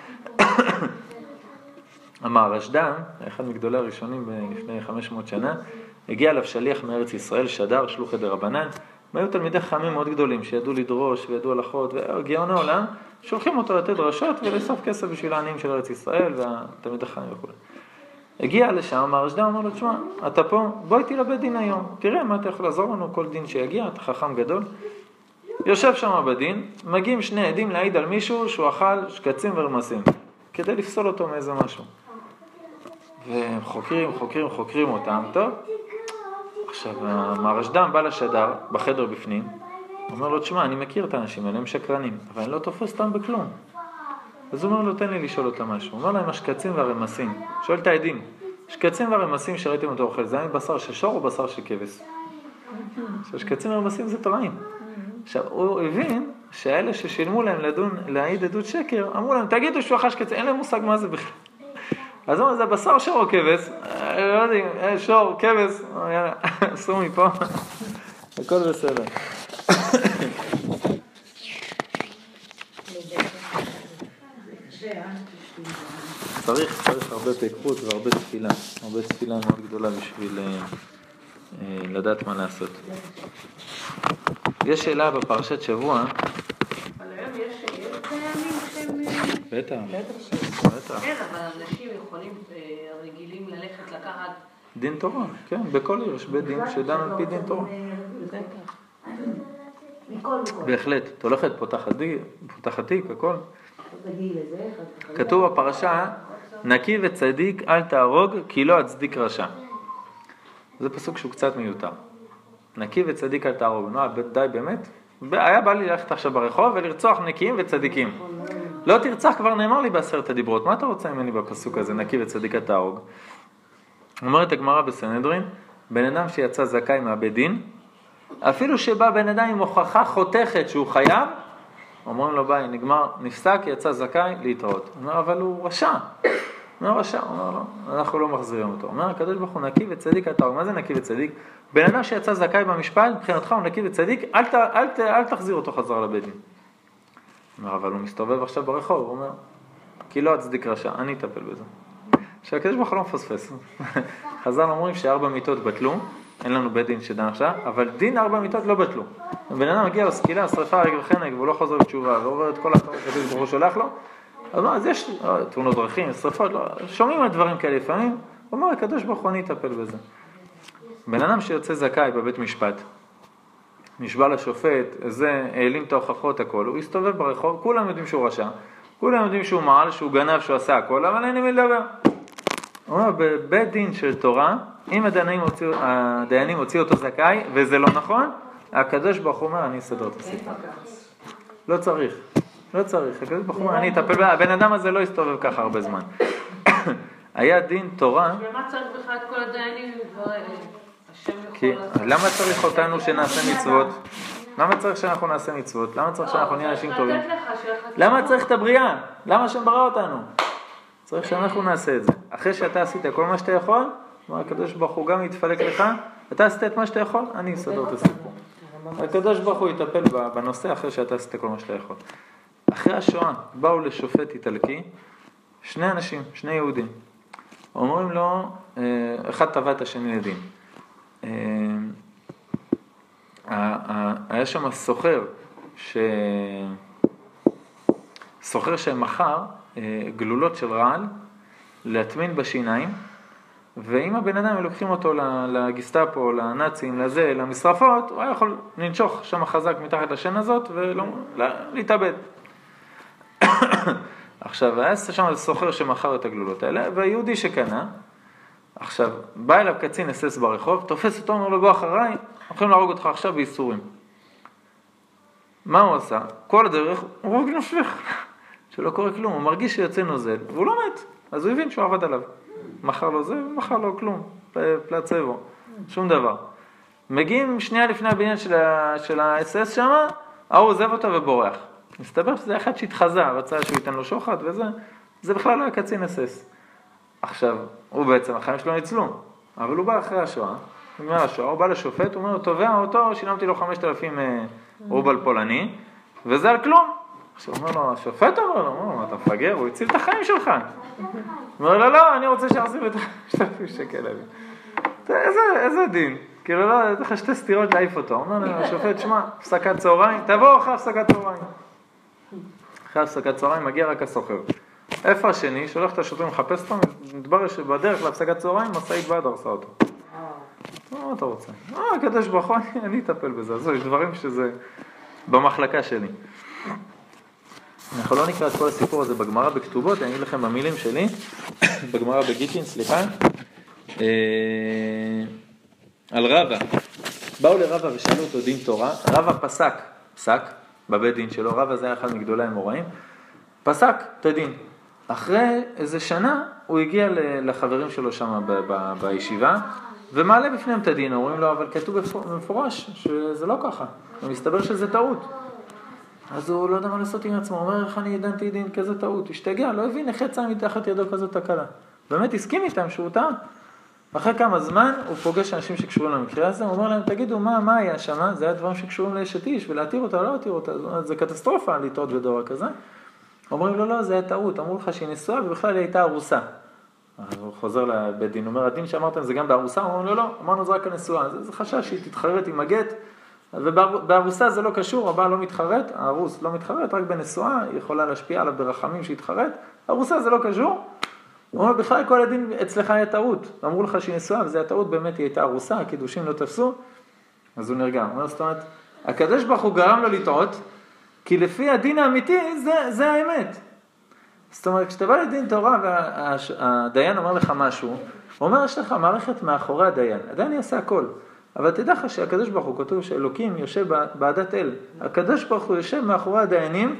המהרשד"ם, אחד מגדולי הראשונים לפני חמש מאות שנה, הגיע אליו שליח מארץ ישראל, שדר, שלוחי דרבנן, והיו תלמידי חכמים מאוד גדולים שידעו לדרוש וידעו הלכות, וגאוני העולם, שולחים אותו לתת דרשות ולאסוף כסף בשביל העניים של ארץ ישראל והתלמידי חכמים וכו'. הגיע לשם, המהרשד"ם אמר לו, תשמע, אתה פה, בוא איתי לבית דין היום, תראה מה אתה יכול לעזור לנו, כל דין שיגיע, אתה חכם גדול. יושב שם בדין, מגיעים שני עדים להעיד על מישהו שהוא אכל שקצים ורמסים, כדי לפסול אותו מאיזה משהו. והם חוקרים, חוקרים, חוקרים אותם, טוב? עכשיו, המהרשד"ם בא לשדר, בחדר בפנים, אומר לו, תשמע, אני מכיר את האנשים האלה, הם שקרנים, אבל אני לא תופס אותם בכלום. אז הוא אומר לו, תן לי לשאול אותם משהו. הוא אומר להם, השקצים והרמסים, שואל את העדים, השקצים והרמסים שראיתם אותו אוכל, זה היה בשר של שור או בשר של כבש? השקצים והרמסים זה טרעים. עכשיו, הוא הבין שהאלה ששילמו להם לדון, להעיד עדות שקר, אמרו להם, תגידו שהוא אחש קצר, אין להם מושג מה זה בכלל. אז הוא אומר, זה בשר שור או כבש? לא יודעים, שור, כבש, יאללה, עשו מפה, הכל בסדר. צריך, צריך הרבה פיקחות והרבה תפילה, הרבה תפילה מאוד גדולה בשביל לדעת מה לעשות. יש שאלה בפרשת שבוע. אבל היום יש דיינים שהם... בטח. בטח. כן, אבל אנשים יכולים, רגילים ללכת לקחת... דין תורה, כן, בכל עיר יש בית דין שדן על פי דין תורה. בהחלט, את הולכת, פותחת תיק, הכל. כתוב בפרשה, נקי וצדיק אל תהרוג, כי לא הצדיק רשע. זה פסוק שהוא קצת מיותר. נקי וצדיק אל תהרוג. נו, די באמת? היה בא לי ללכת עכשיו ברחוב ולרצוח נקיים וצדיקים. לא תרצח, כבר נאמר לי בעשרת הדיברות. מה אתה רוצה ממני בפסוק הזה, נקי וצדיק אל תהרוג? אומרת הגמרא בסנהדרין, בן אדם שיצא זכאי מהבית דין, אפילו שבא בן אדם עם הוכחה חותכת שהוא חייב, אומרים לו ביי, נגמר, נפסק, יצא זכאי, להתראות. הוא אומר, אבל הוא רשע. הוא אומר, רשע, הוא אומר, לא, אנחנו לא מחזירים אותו. הוא אומר, הקדוש ברוך הוא נקי וצדיק, אתה אומר, מה זה נקי וצדיק? בן אדם שיצא זכאי במשפט, מבחינתך הוא נקי וצדיק, אל, ת, אל, ת, אל תחזיר אותו חזרה לבית דין. הוא אומר, אבל הוא מסתובב עכשיו ברחוב, הוא אומר, כי לא הצדיק רשע, אני אטפל בזה. שהקדוש ברוך הוא לא מפספס. חז"ל אומרים שארבע מיתות בטלו, אין לנו בית דין שדן עכשיו, אבל דין ארבע מיתות לא בטלו. בן אדם מגיע לסקילה, שריפה, רגל חנק, והוא לא חוזר בתשובה, ועובר את כל התורה שהקדוש ברוך הוא שולח לו, אז מה, אז יש תאונות דרכים, שריפות, לא, שומעים על דברים כאלה לפעמים, הוא אומר, הקדוש ברוך הוא אני אטפל בזה. בן אדם שיוצא זכאי בבית משפט, נשבע לשופט, זה, העלים את ההוכחות הכל, הוא יסתובב ברחוב, כולם יודעים שהוא רשע, כולם יודעים שהוא מעל, שהוא גנב, שהוא עשה הכל, אבל אין לי מי לדבר. הוא אומר, בבית דין של תורה, אם הדיינים הוציאו, הדיינים הוציאו אותו זכאי, וזה לא נכון, הקדוש ברוך הוא אומר, אני אסדר את הסיפור. לא צריך, לא צריך, הקדוש ברוך הוא אומר, אני אטפל, הבן אדם הזה לא יסתובב ככה הרבה זמן. היה דין תורה... ומה צריך בכלל את כל הדיינים? כי למה צריך אותנו שנעשה מצוות? למה צריך שאנחנו נעשה מצוות? למה צריך שאנחנו נהיה אנשים טובים? למה צריך את הבריאה? למה שם ברא אותנו? צריך שאנחנו נעשה את זה. אחרי שאתה עשית כל מה שאתה יכול, הקדוש ברוך הוא גם יתפלק לך, אתה עשית את מה שאתה יכול, אני אסדר את הסיפור. הקדוש ברוך הוא יטפל בנושא אחרי שאתה עשית כל מה שאתה יכול. אחרי השואה באו לשופט איטלקי, שני אנשים, שני יהודים. אומרים לו, אחד טבע את השני לדין. היה שם סוחר, ש... סוחר שמכר גלולות של רעל להטמין בשיניים, ואם הבן אדם לוקחים אותו לגסטאפו, לנאצים, לזה, למשרפות, הוא היה יכול לנשוך שם חזק מתחת לשן הזאת ולהתאבד. עכשיו, היה שם סוחר שמכר את הגלולות האלה, והיהודי שקנה, עכשיו, בא אליו קצין אס-אס ברחוב, תופס אותו, אומר לו, בוא אחריי, הולכים להרוג אותך עכשיו בייסורים. מה הוא עשה? כל הדרך הוא רק נושך, שלא קורה כלום, הוא מרגיש שיוצא נוזל, והוא לא מת, אז הוא הבין שהוא עבד עליו. מחר לו זה, ומחר לו כלום, פלצבו, שום דבר. מגיעים שנייה לפני הבניין של ה-אס-אס שמה, הוא עוזב אותו ובורח. מסתבר שזה אחד שהתחזה, רצה שהוא ייתן לו שוחד וזה, זה בכלל לא היה קצין אס-אס. עכשיו, הוא בעצם, החיים שלו ניצלו, אבל הוא בא אחרי השואה, נגמר השואה, הוא בא לשופט, הוא אומר לו, תובע אותו, שילמתי לו חמשת אלפים רובל פולני, וזה על כלום. עכשיו הוא אומר לו, השופט אומר לו, מה, אתה מפגר, הוא הציל את החיים שלך. הוא אומר לו, לא, אני רוצה שיחזיר את חמשת אלפים שקל. איזה דין? כאילו לא, יש לך שתי סתירות להעיף אותו. הוא אומר לו, השופט, שמע, הפסקת צהריים, תבוא אחרי הפסקת צהריים. אחרי הפסקת צהריים מגיע רק הסוחר. איפה השני, שולח את השוטרים לחפש אותו, נדבר שבדרך להפסקת צהריים, משאית בעד הרסה אותו. מה אתה רוצה? אה, הקדוש ברוך הוא, אני אטפל בזה. אז יש דברים שזה במחלקה שלי. אנחנו לא נקרא את כל הסיפור הזה בגמרא בכתובות, אני אגיד לכם במילים שלי, בגמרא בגיטין, סליחה, על רבא. באו לרבא ושאלו אותו דין תורה, רבא פסק, פסק, בבית דין שלו, רבא זה היה אחד מגדולי המוראים, פסק את הדין. אחרי איזה שנה הוא הגיע לחברים שלו שם ב- ב- בישיבה, ומעלה בפניהם את הדין, אומרים לו, אבל כתוב במפורש שזה לא ככה, ומסתבר שזה טעות. אז הוא לא יודע מה לעשות עם עצמו, הוא אומר, איך אני ידנתי דין כזה טעות, השתגע, לא הבין איך יצא מתחת ידו כזאת תקלה. באמת הסכים איתם שהוא טעה. אחרי כמה זמן הוא פוגש אנשים שקשורים למקרה הזה, הוא אומר להם, תגידו, מה, מה היה שם? זה היה דברים שקשורים לאשת איש, ולהתיר אותה, לא להתיר אותה, זה קטסטרופה לטעות בדבר כזה. אומרים לו, לא, זה היה טעות, אמרו לך שהיא נשואה, ובכלל היא הייתה ארוסה. אז הוא חוזר לבית דין, הוא אומר, הדין שאמרתם זה גם בארוסה? הוא אומר לו, לא, אמרנו זה רק הנשואה, זה, זה חשש שהיא תתחרט עם הגט, ובארוסה זה לא קשור, הבעל לא מתחרט, הארוס לא מתחרט, רק בנשואה, היא יכולה להשפיע עליו ברחמים שהתחרט, הארוסה זה לא קשור. הוא אומר, בכלל כל הדין אצלך היה טעות, אמרו לך שהיא נשואה, וזה היה טעות, באמת היא הייתה ארוסה, הקידושים לא תפסו, אז הוא נרגע. הוא אומר, זאת אומרת, הקדוש ברוך הוא גרם לו לטעות, כי לפי הדין האמיתי זה, זה האמת. זאת אומרת, כשאתה בא לדין תורה והדיין אומר לך משהו, הוא אומר, יש לך מערכת מאחורי הדיין, הדיין יעשה הכל. אבל תדע לך שהקדוש ברוך הוא כתוב שאלוקים יושב בעדת אל. הקדוש ברוך הוא יושב מאחורי הדיינים,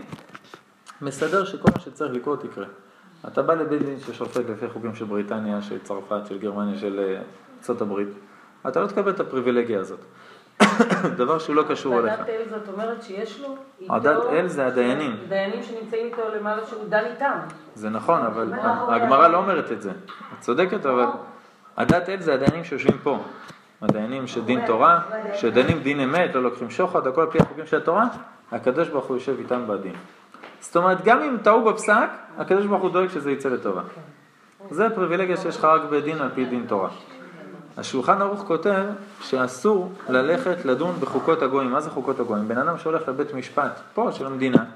מסדר שכל מה שצריך לקרות יקרה. אתה בא לבית דין ששופט לפי חוקים של בריטניה, של צרפת, של גרמניה, של ארצות הברית. אתה לא תקבל את הפריבילגיה הזאת. דבר שהוא לא קשור אליך. ועדת אל זאת אומרת שיש לו עדת אל זה הדיינים. דיינים שנמצאים איתו למעלה שהוא דן איתם. זה נכון, אבל הגמרא לא אומרת את זה. את צודקת, אבל עדת אל זה הדיינים שיושבים פה. הדיינים שדין תורה, שדיינים דין אמת, לא לוקחים שוחד, הכל על פי החוקים של התורה, הקדוש ברוך הוא יושב איתם בדין. זאת אומרת, גם אם טעו בפסק, הקדוש ברוך הוא דואג שזה יצא לטובה. זה פריבילגיה שיש לך רק בדין על פי דין תורה. השולחן ערוך כותב שאסור ללכת לדון בחוקות הגויים. מה זה חוקות הגויים? בן אדם שהולך לבית משפט, פה של המדינה,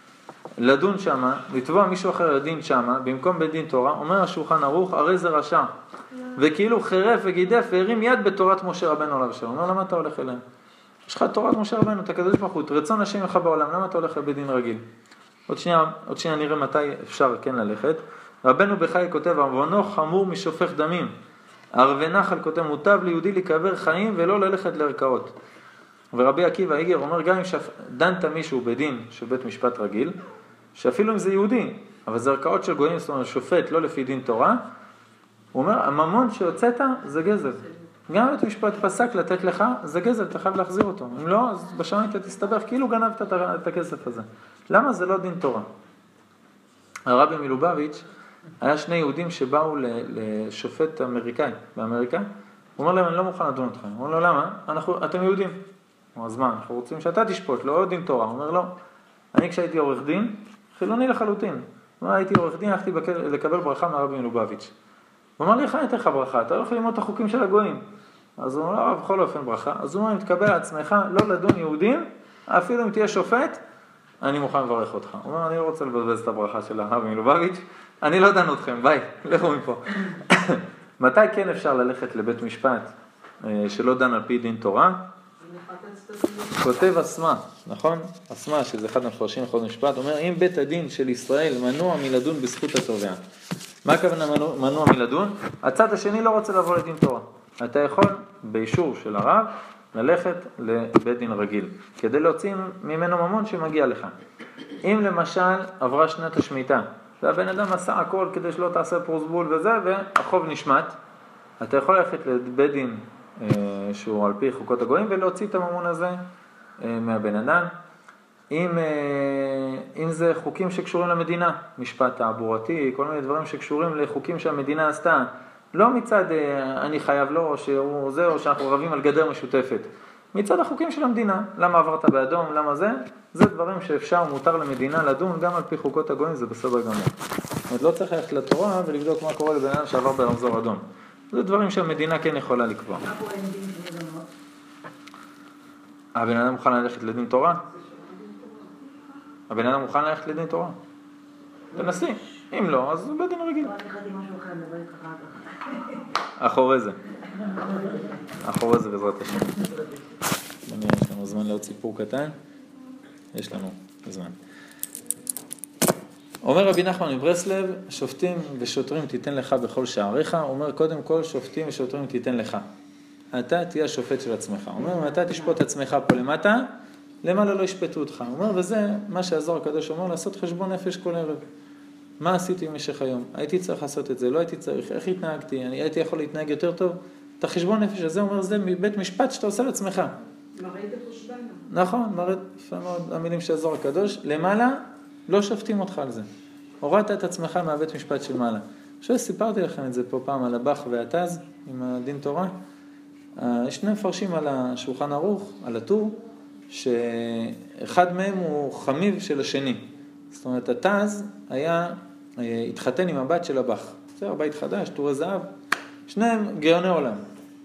לדון שמה, לתבוע מישהו אחר לדין שמה, במקום בדין תורה, אומר השולחן ערוך, הרי זה רשע. וכאילו חרף וגידף והרים יד בתורת משה רבנו עליו שלום. אומר, למה אתה הולך אליהם? יש לך תורת משה רבנו, אתה הקדוש ברוך הוא, רצון השם לך בעולם, למה אתה הולך לבית דין רגיל? עוד שנייה, עוד שנייה נראה מתי אפשר כן ללכת. רבנו בחי כותב, עוונו חמור משופך דמים. ערבי נחל כותב, מוטב ליהודי להיקבר חיים ולא ללכת לערכאות. ורבי עקיבא איגר אומר, גם אם שפ... דנת מישהו בדין של בית משפט רגיל, שאפילו אם זה יהודי, אבל זה ערכאות של גויים, זאת אומרת, שופט לא לפי דין תורה, הוא אומר, הממון שהוצאת זה גזל. גם בית משפט פסק לתת לך, זה גזל, אתה חייב להחזיר אותו. אם לא, אז בשמיים אתה תסתבך, כאילו גנבת את הכסף הזה. למה זה לא דין תורה? הרבי מלובביץ' היה שני יהודים שבאו לשופט אמריקאי, באמריקה, הוא אומר להם, אני לא מוכן לדון אתכם. הוא אומר לו, למה? אנחנו, אתם יהודים. הוא אומר, אז מה, אנחנו רוצים שאתה תשפוט, לא דין תורה. הוא אומר, לא. אני כשהייתי עורך דין, חילוני לחלוטין. הוא אומר, הייתי עורך דין, הלכתי לקבל ברכה מהרבי מלובביץ'. הוא אומר לי, איך אני אתן לך ברכה? אתה לא יכול ללמוד את החוקים של הגויים. אז הוא אומר, הרב, בכל אופן ברכה. אז הוא אומר, אם תקבל לעצמך לא לדון יהודים, אפילו אם תהיה שופט, אני מוכן לברך אותך. הוא אומר, אני לא רוצה לבזבז את הברכה של הרב מלובביץ', אני לא דן אתכם, ביי, לכו מפה. מתי כן אפשר ללכת לבית משפט שלא דן על פי דין תורה? כותב אסמה, נכון? אסמה, שזה אחד המפרשים לחוק משפט, אומר, אם בית הדין של ישראל מנוע מלדון בזכות התובע. מה הכוונה מנוע מלדון? הצד השני לא רוצה לבוא לדין תורה. אתה יכול, באישור של הרב, ללכת לבית דין רגיל, כדי להוציא ממנו ממון שמגיע לך. אם למשל עברה שנת השמיטה, והבן אדם עשה הכל כדי שלא תעשה פרוסבול וזה, והחוב נשמט, אתה יכול ללכת לבית דין אה, שהוא על פי חוקות הגויים, ולהוציא את הממון הזה אה, מהבן אדם. אם, אה, אם זה חוקים שקשורים למדינה, משפט תעבורתי, כל מיני דברים שקשורים לחוקים שהמדינה עשתה, לא מצד אה, אני חייב לו, או שהוא זה, או שאנחנו רבים על גדר משותפת. מצד החוקים של המדינה, למה עברת באדום, למה זה, זה דברים שאפשר, מותר למדינה לדון, גם על פי חוקות הגויים, זה בסדר גמור. זאת אומרת, לא צריך ללכת לתורה ולבדוק מה קורה לבן אדם שעבר ברמזור אדום. זה דברים שהמדינה כן יכולה לקבוע. הבן אדם מוכן ללכת לדין תורה? הבן אדם מוכן ללכת לדין תורה? תנסי. אם לא, אז בדין רגיל. אחורי זה. אחורי זה בעזרת השם. בואו נראה, יש לנו זמן לעוד סיפור קטן. יש לנו זמן. אומר רבי נחמן מברסלב, שופטים ושוטרים תיתן לך בכל שעריך. הוא אומר, קודם כל, שופטים ושוטרים תיתן לך. אתה תהיה השופט של עצמך. הוא אומר, אם אתה תשפוט עצמך פה למטה, למעלה לא ישפטו אותך. הוא אומר, וזה מה שהזוהר הקדוש אומר, לעשות חשבון נפש כל ערב. מה עשיתי במשך היום? הייתי צריך לעשות את זה, לא הייתי צריך, איך התנהגתי? אני הייתי יכול להתנהג יותר טוב? את החשבון נפש הזה אומר, זה מבית משפט שאתה עושה לעצמך. מראית בחושבנה. נכון, מראית, יפה מאוד, המילים של הזוהר הקדוש. למעלה, לא שופטים אותך על זה. הורדת את עצמך מהבית משפט של מעלה. עכשיו סיפרתי לכם את זה פה פעם על הבח והתז, עם הדין תורה. יש שני מפרשים על השולחן ערוך, על הטור, שאחד מהם הוא חמיב של השני. זאת אומרת, התז היה, התחתן עם הבת של הבח. זה הבית חדש, טורי זהב. שניהם גאוני עולם.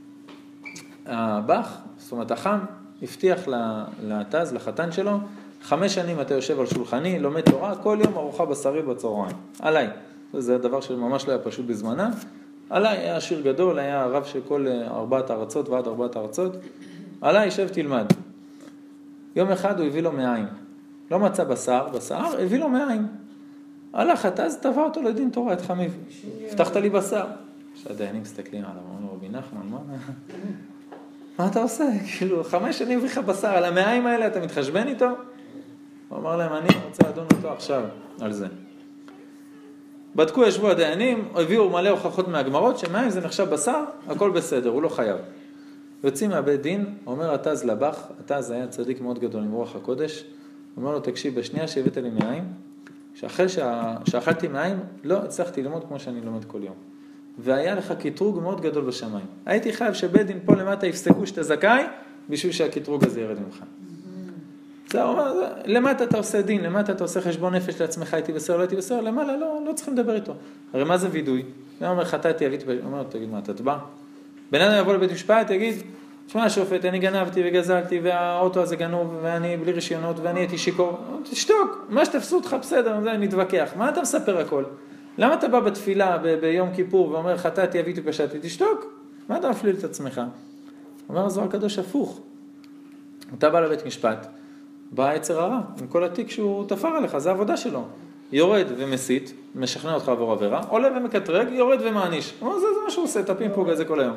הבח, זאת אומרת, החם, הבטיח לתז, לחתן שלו, חמש שנים אתה יושב על שולחני, לומד תורה, כל יום ארוחה בשרי בצהריים. עליי. זה דבר שממש לא היה פשוט בזמנה. עליי היה שיר גדול, היה הרב של כל ארבעת הארצות ועד ארבעת הארצות. עליי, שב תלמד. יום אחד הוא הביא לו מעיים. לא מצא בשר, בשר, הביא לו מעיים. הלך, אתה אז תבע אותו לדין תורה, את חמיב. הבטחת לי בשר. שהדיינים מסתכלים עליו, אמרו לו, רבי נחמן, מה? מה אתה עושה? כאילו, חמש שנים הביא לך בשר, על המעיים האלה אתה מתחשבן איתו? הוא אמר להם, אני רוצה לדון אותו עכשיו על זה. בדקו, ישבו הדיינים, הביאו מלא הוכחות מהגמרות, שמעיים זה נחשב בשר, הכל בסדר, הוא לא חייב. יוצאים מהבית דין, אומר התז לבח, התז היה צדיק מאוד גדול עם רוח הקודש, אומר לו, תקשיב, בשנייה שהבאת לי מעיים, שאחרי שאכלתי מעיים, לא הצלחתי ללמוד כמו שאני לומד כל יום. והיה לך קטרוג מאוד גדול בשמיים. הייתי חייב שבית דין פה למטה יפסקו שאתה זכאי, בשביל שהקטרוג הזה ירד ממך. זה אומר, למטה אתה עושה דין, למטה אתה עושה חשבון נפש לעצמך, הייתי בסדר, לא הייתי בסדר, למעלה לא, לא צריכים לדבר איתו. הרי מה זה וידוי? הוא אומר, חטאתי, הייתי, הוא אומר, תגיד מה, אתה תתבע? בן אדם יבוא לבית משפט, יגיד, שמע השופט, אני גנבתי וגזלתי, והאוטו הזה גנוב, ואני בלי רישיונות, ואני הייתי שיקור. תשתוק, מה שתפסו אותך בסדר, זה נתווכח. מה אתה מספר הכל? למה אתה בא בתפילה ב- ביום כיפור ואומר, חטאתי, אביתי, פשעתי, תשתוק? מה אתה מפליל את עצמך? אומר הזוהר הקדוש הפוך. אתה בא לבית משפט, בא יצר הרע, עם כל התיק שהוא תפר עליך, זה העבודה שלו. יורד ומסית, משכנע אותך עבור עבירה, עולה ומקטרג, יורד ומעניש. זה, זה מה שהוא עושה, את הפינפוג הזה כל היום.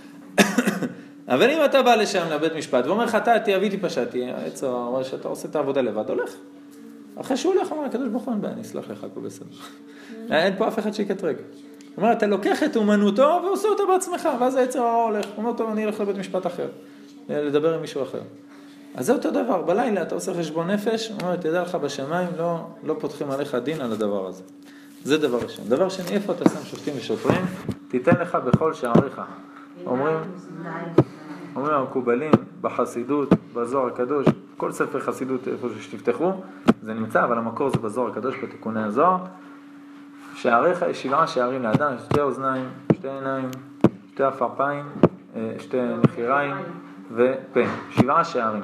אבל אם אתה בא לשם לבית משפט ואומר, חטאתי, אביתי, פשעתי, יצר הרע, שאתה עושה את העבודה לבד, הולך. אחרי שהוא הולך, אומר, הקדוש ברוך הוא אין בעיה, אני אסלח לך, הכל בסדר. אין פה אף אחד שיקטרג. הוא אומר, אתה לוקח את אומנותו ועושה אותה בעצמך, ואז היצר הרע הולך. הוא אומר, טוב, אני אלך לבית משפט אחר, לדבר עם מישהו אחר. אז זה אותו דבר, בלילה אתה עושה חשבון נפש, הוא אומר, תדע לך בשמיים, לא, לא פותחים עליך דין על הדבר הזה. זה דבר ראשון. דבר שני, איפה אתה שם שופטים ושוטרים? תיתן לך בכל שעריך. אומרים, אומרים המקובלים, בחסידות, בזוהר הקדוש, כל ספר חסידות איפה שתפתחו, זה נמצא, אבל המקור זה בזוהר הקדוש, בתיקוני הזוהר. שעריך יש שבעה שערים לאדם, שתי אוזניים, שתי עיניים, שתי אפרפיים, שתי נחיריים ופה, שבעה שערים.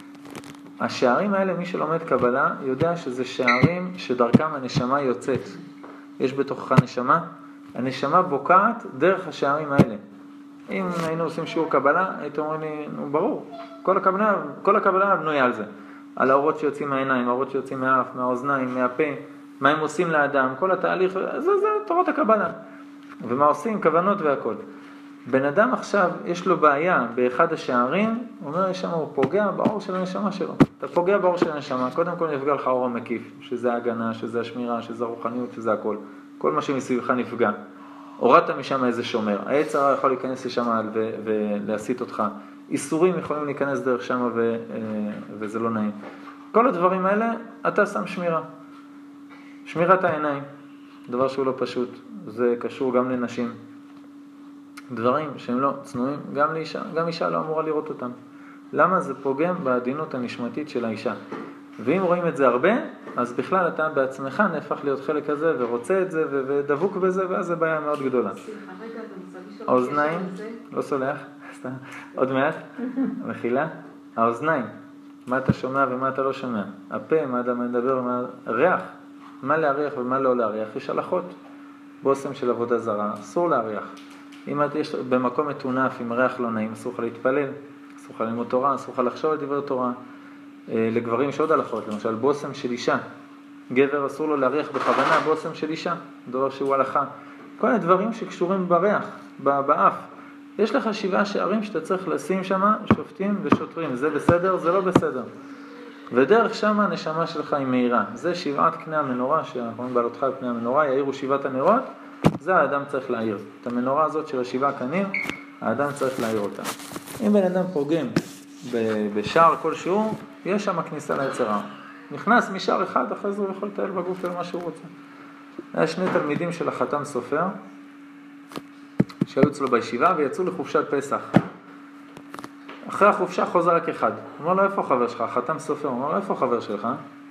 השערים האלה, מי שלומד קבלה, יודע שזה שערים שדרכם הנשמה יוצאת. יש בתוכך נשמה, הנשמה בוקעת דרך השערים האלה. אם היינו עושים שיעור קבלה, הייתם אומרים לי, נו ברור, כל הקבלה, כל הקבלה בנויה על זה. על האורות שיוצאים מהעיניים, האורות שיוצאים מהאף, מהאוזניים, מהפה, מה הם עושים לאדם, כל התהליך, זה, זה תורת הקבלה. ומה עושים, כוונות והכל. בן אדם עכשיו, יש לו בעיה באחד השערים, הוא אומר, שם הוא פוגע באור של הנשמה שלו. אתה פוגע באור של הנשמה, קודם כל נפגע לך אור המקיף, שזה ההגנה, שזה השמירה, שזה הרוחניות, שזה הכל. כל מה שמסביבך נפגע. הורדת משם איזה שומר. העץ הרע יכול להיכנס לשם ו- ולהסיט אותך. איסורים יכולים להיכנס דרך שם ו- וזה לא נעים. כל הדברים האלה, אתה שם שמירה. שמירת העיניים, דבר שהוא לא פשוט. זה קשור גם לנשים. דברים שהם לא צנועים, גם לאישה, גם אישה לא אמורה לראות אותם. למה? זה פוגם בעדינות הנשמתית של האישה. ואם רואים את זה הרבה, אז בכלל אתה בעצמך נהפך להיות חלק כזה ורוצה את זה ודבוק בזה, ואז זה בעיה מאוד גדולה. האוזניים, לא סולח, עוד מעט, מחילה. האוזניים, מה אתה שומע ומה אתה לא שומע. הפה, מה אתה מדבר, מה... ריח, מה להריח ומה לא להריח. יש הלכות, בושם של עבודה זרה, אסור להריח. אם את יש במקום מטונף עם ריח לא נעים, אסור לך להתפלל, אסור לך ללמוד תורה, אסור לך לחשוב על דברי תורה. לגברים יש עוד הלכות, למשל בושם של אישה. גבר אסור לו להריח בכוונה בושם של אישה, דבר שהוא הלכה. כל הדברים שקשורים בריח, באף. יש לך שבעה שערים שאתה צריך לשים שם, שופטים ושוטרים. זה בסדר, זה לא בסדר. ודרך שם הנשמה שלך היא מהירה. זה שבעת קני המנורה, שאנחנו אומרים בעלותך על פני המנורה, יאירו שבעת הנרות, זה האדם צריך להעיר. את המנורה הזאת של השבעה קנים, האדם צריך להעיר אותה. אם בן אדם פוגם בשער כלשהו, יש שם כניסה ליצרה. נכנס משער אחד, אחרי זה הוא יכול לטייל בגוף על מה שהוא רוצה. היה שני תלמידים של החתם סופר, שהיו אצלו בישיבה ויצאו לחופשת פסח. אחרי החופשה חוזר רק אחד. הוא אומר לו, איפה חבר שלך? החתם סופר. הוא אומר לו, איפה חבר שלך?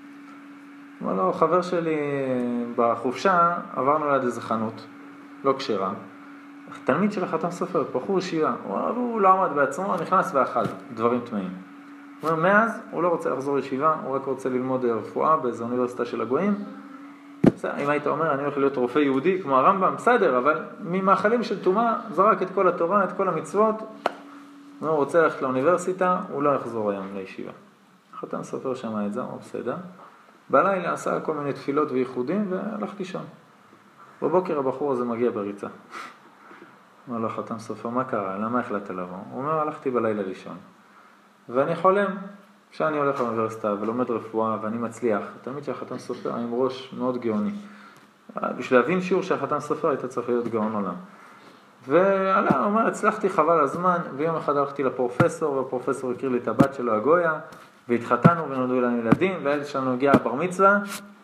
הוא אומר לו, חבר שלי בחופשה, עברנו ליד איזה חנות, לא כשרה. תלמיד של החתם סופר, בחור ישיבה. הוא אומר, הוא לא עמד בעצמו, נכנס ואכל דברים טמאים. הוא אומר, מאז הוא לא רוצה לחזור לישיבה, הוא רק רוצה ללמוד רפואה באיזו אוניברסיטה של הגויים. אם היית אומר, אני הולך להיות רופא יהודי כמו הרמב"ם, בסדר, אבל ממאכלים של תומה, זרק את כל התורה, את כל המצוות. הוא רוצה ללכת לאוניברסיטה, הוא לא יחזור היום לישיבה. החתם סופר שמע את זה, הוא בסדר. בלילה עשה כל מיני תפילות וייחודים והלך לישון. בבוקר הבחור הזה מגיע בריצה. אומר לו, חתם סופר, מה קרה? למה החלטת לבוא? הוא אומר, הלכתי בלילה לישון. ואני חולם שאני הולך לאוניברסיטה ולומד רפואה ואני מצליח. תמיד שהחתם סופר עם ראש מאוד גאוני. בשביל להבין שיעור שהחתם סופר היית צריך להיות גאון עולם. ועלה, הוא אומר, הצלחתי חבל הזמן, ויום אחד הלכתי לפרופסור, והפרופסור הכיר לי את הבת שלו, הגויה, והתחתנו ונולדו לנו ילדים, והילד שלנו הגיע בר מצווה.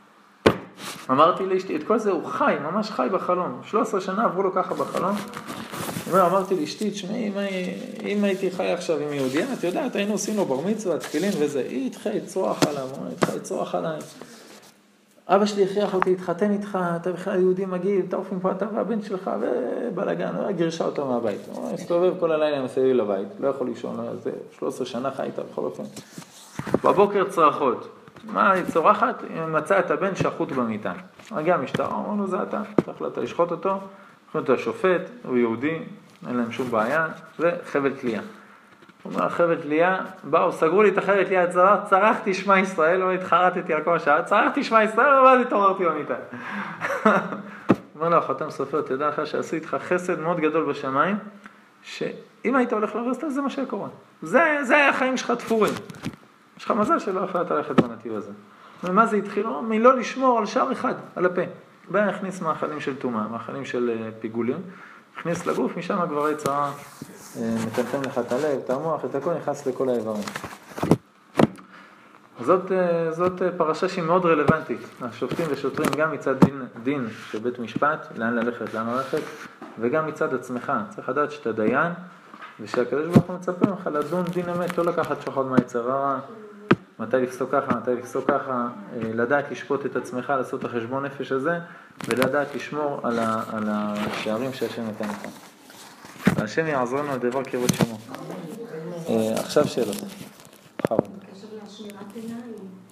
אמרתי לאשתי, את כל זה הוא חי, ממש חי בחלום. שלוש עשרה שנה עברו לו ככה בחלום. אומר, אמרתי לאשתי, תשמעי, אם, אם הייתי חי עכשיו עם יהודיה, את יודעת, היינו עושים לו בר מצווה, תפילין וזה, היא התחיל לצרוח עליו, הוא התחיל לצרוח עליי. אבא שלי הכריח אותי, התחתן איתך, אתה בכלל יהודי מגיב, תעוף עם פה אתה והבן שלך, ובלגן, הוא גירשה אותו מהבית. הוא הסתובב כל הלילה מסביב לבית, לא יכול לישון, זה שלוש עשרה שנה חי איתה בכל אופן. בבוקר צרחות. מה, היא צורחת? היא מצאה את הבן שחוט במיטה. הגיע המשטרה, אמרו לו, זה אתה, החלטת לשחוט אותו, החלטת השופט, הוא יהודי, אין להם שום בעיה, וחבל תלייה. הוא אומר, חבל תלייה, באו, סגרו לי את החבל תלייה, צרחתי שמע ישראל, לא התחרטתי על כל השעה, צרחתי שמע ישראל, ואז התעוררתי במיטה. אומר לו, החתם סופר, תדע לך שעשו איתך חסד מאוד גדול בשמיים, שאם היית הולך לאוניברסיטה, זה מה שקורה. זה, זה היה החיים שלך תפורים. יש לך מזל שלא החלטת ללכת בנתיב הזה. ומה זה התחיל? מלא לשמור על שער אחד, על הפה. בא הכניס מאכלים של תומה, מאכלים של פיגולים, הכניס לגוף, משם כבר יצרה, מטמטם לך את הלב, את המוח, את הכל, נכנס לכל האיברים. זאת, זאת פרשה שהיא מאוד רלוונטית. השופטים ושוטרים גם מצד דין, דין של בית משפט, לאן ללכת, לאן ללכת, וגם מצד עצמך. צריך לדעת שאתה דיין, ושהקדוש ברוך הוא מצפה ממך לדון דין אמת, לא לקחת שוחד מהיצר הרע, מתי לפסוק ככה, מתי לפסוק ככה, לדעת לשפוט את עצמך, לעשות את החשבון נפש הזה, ולדעת לשמור על, ה, על השערים שהשם נתן לך. השם יעזרנו לדבר כבוד שמו. אה, עכשיו שאלות. בכבוד. בקשר לשמירת עיניים.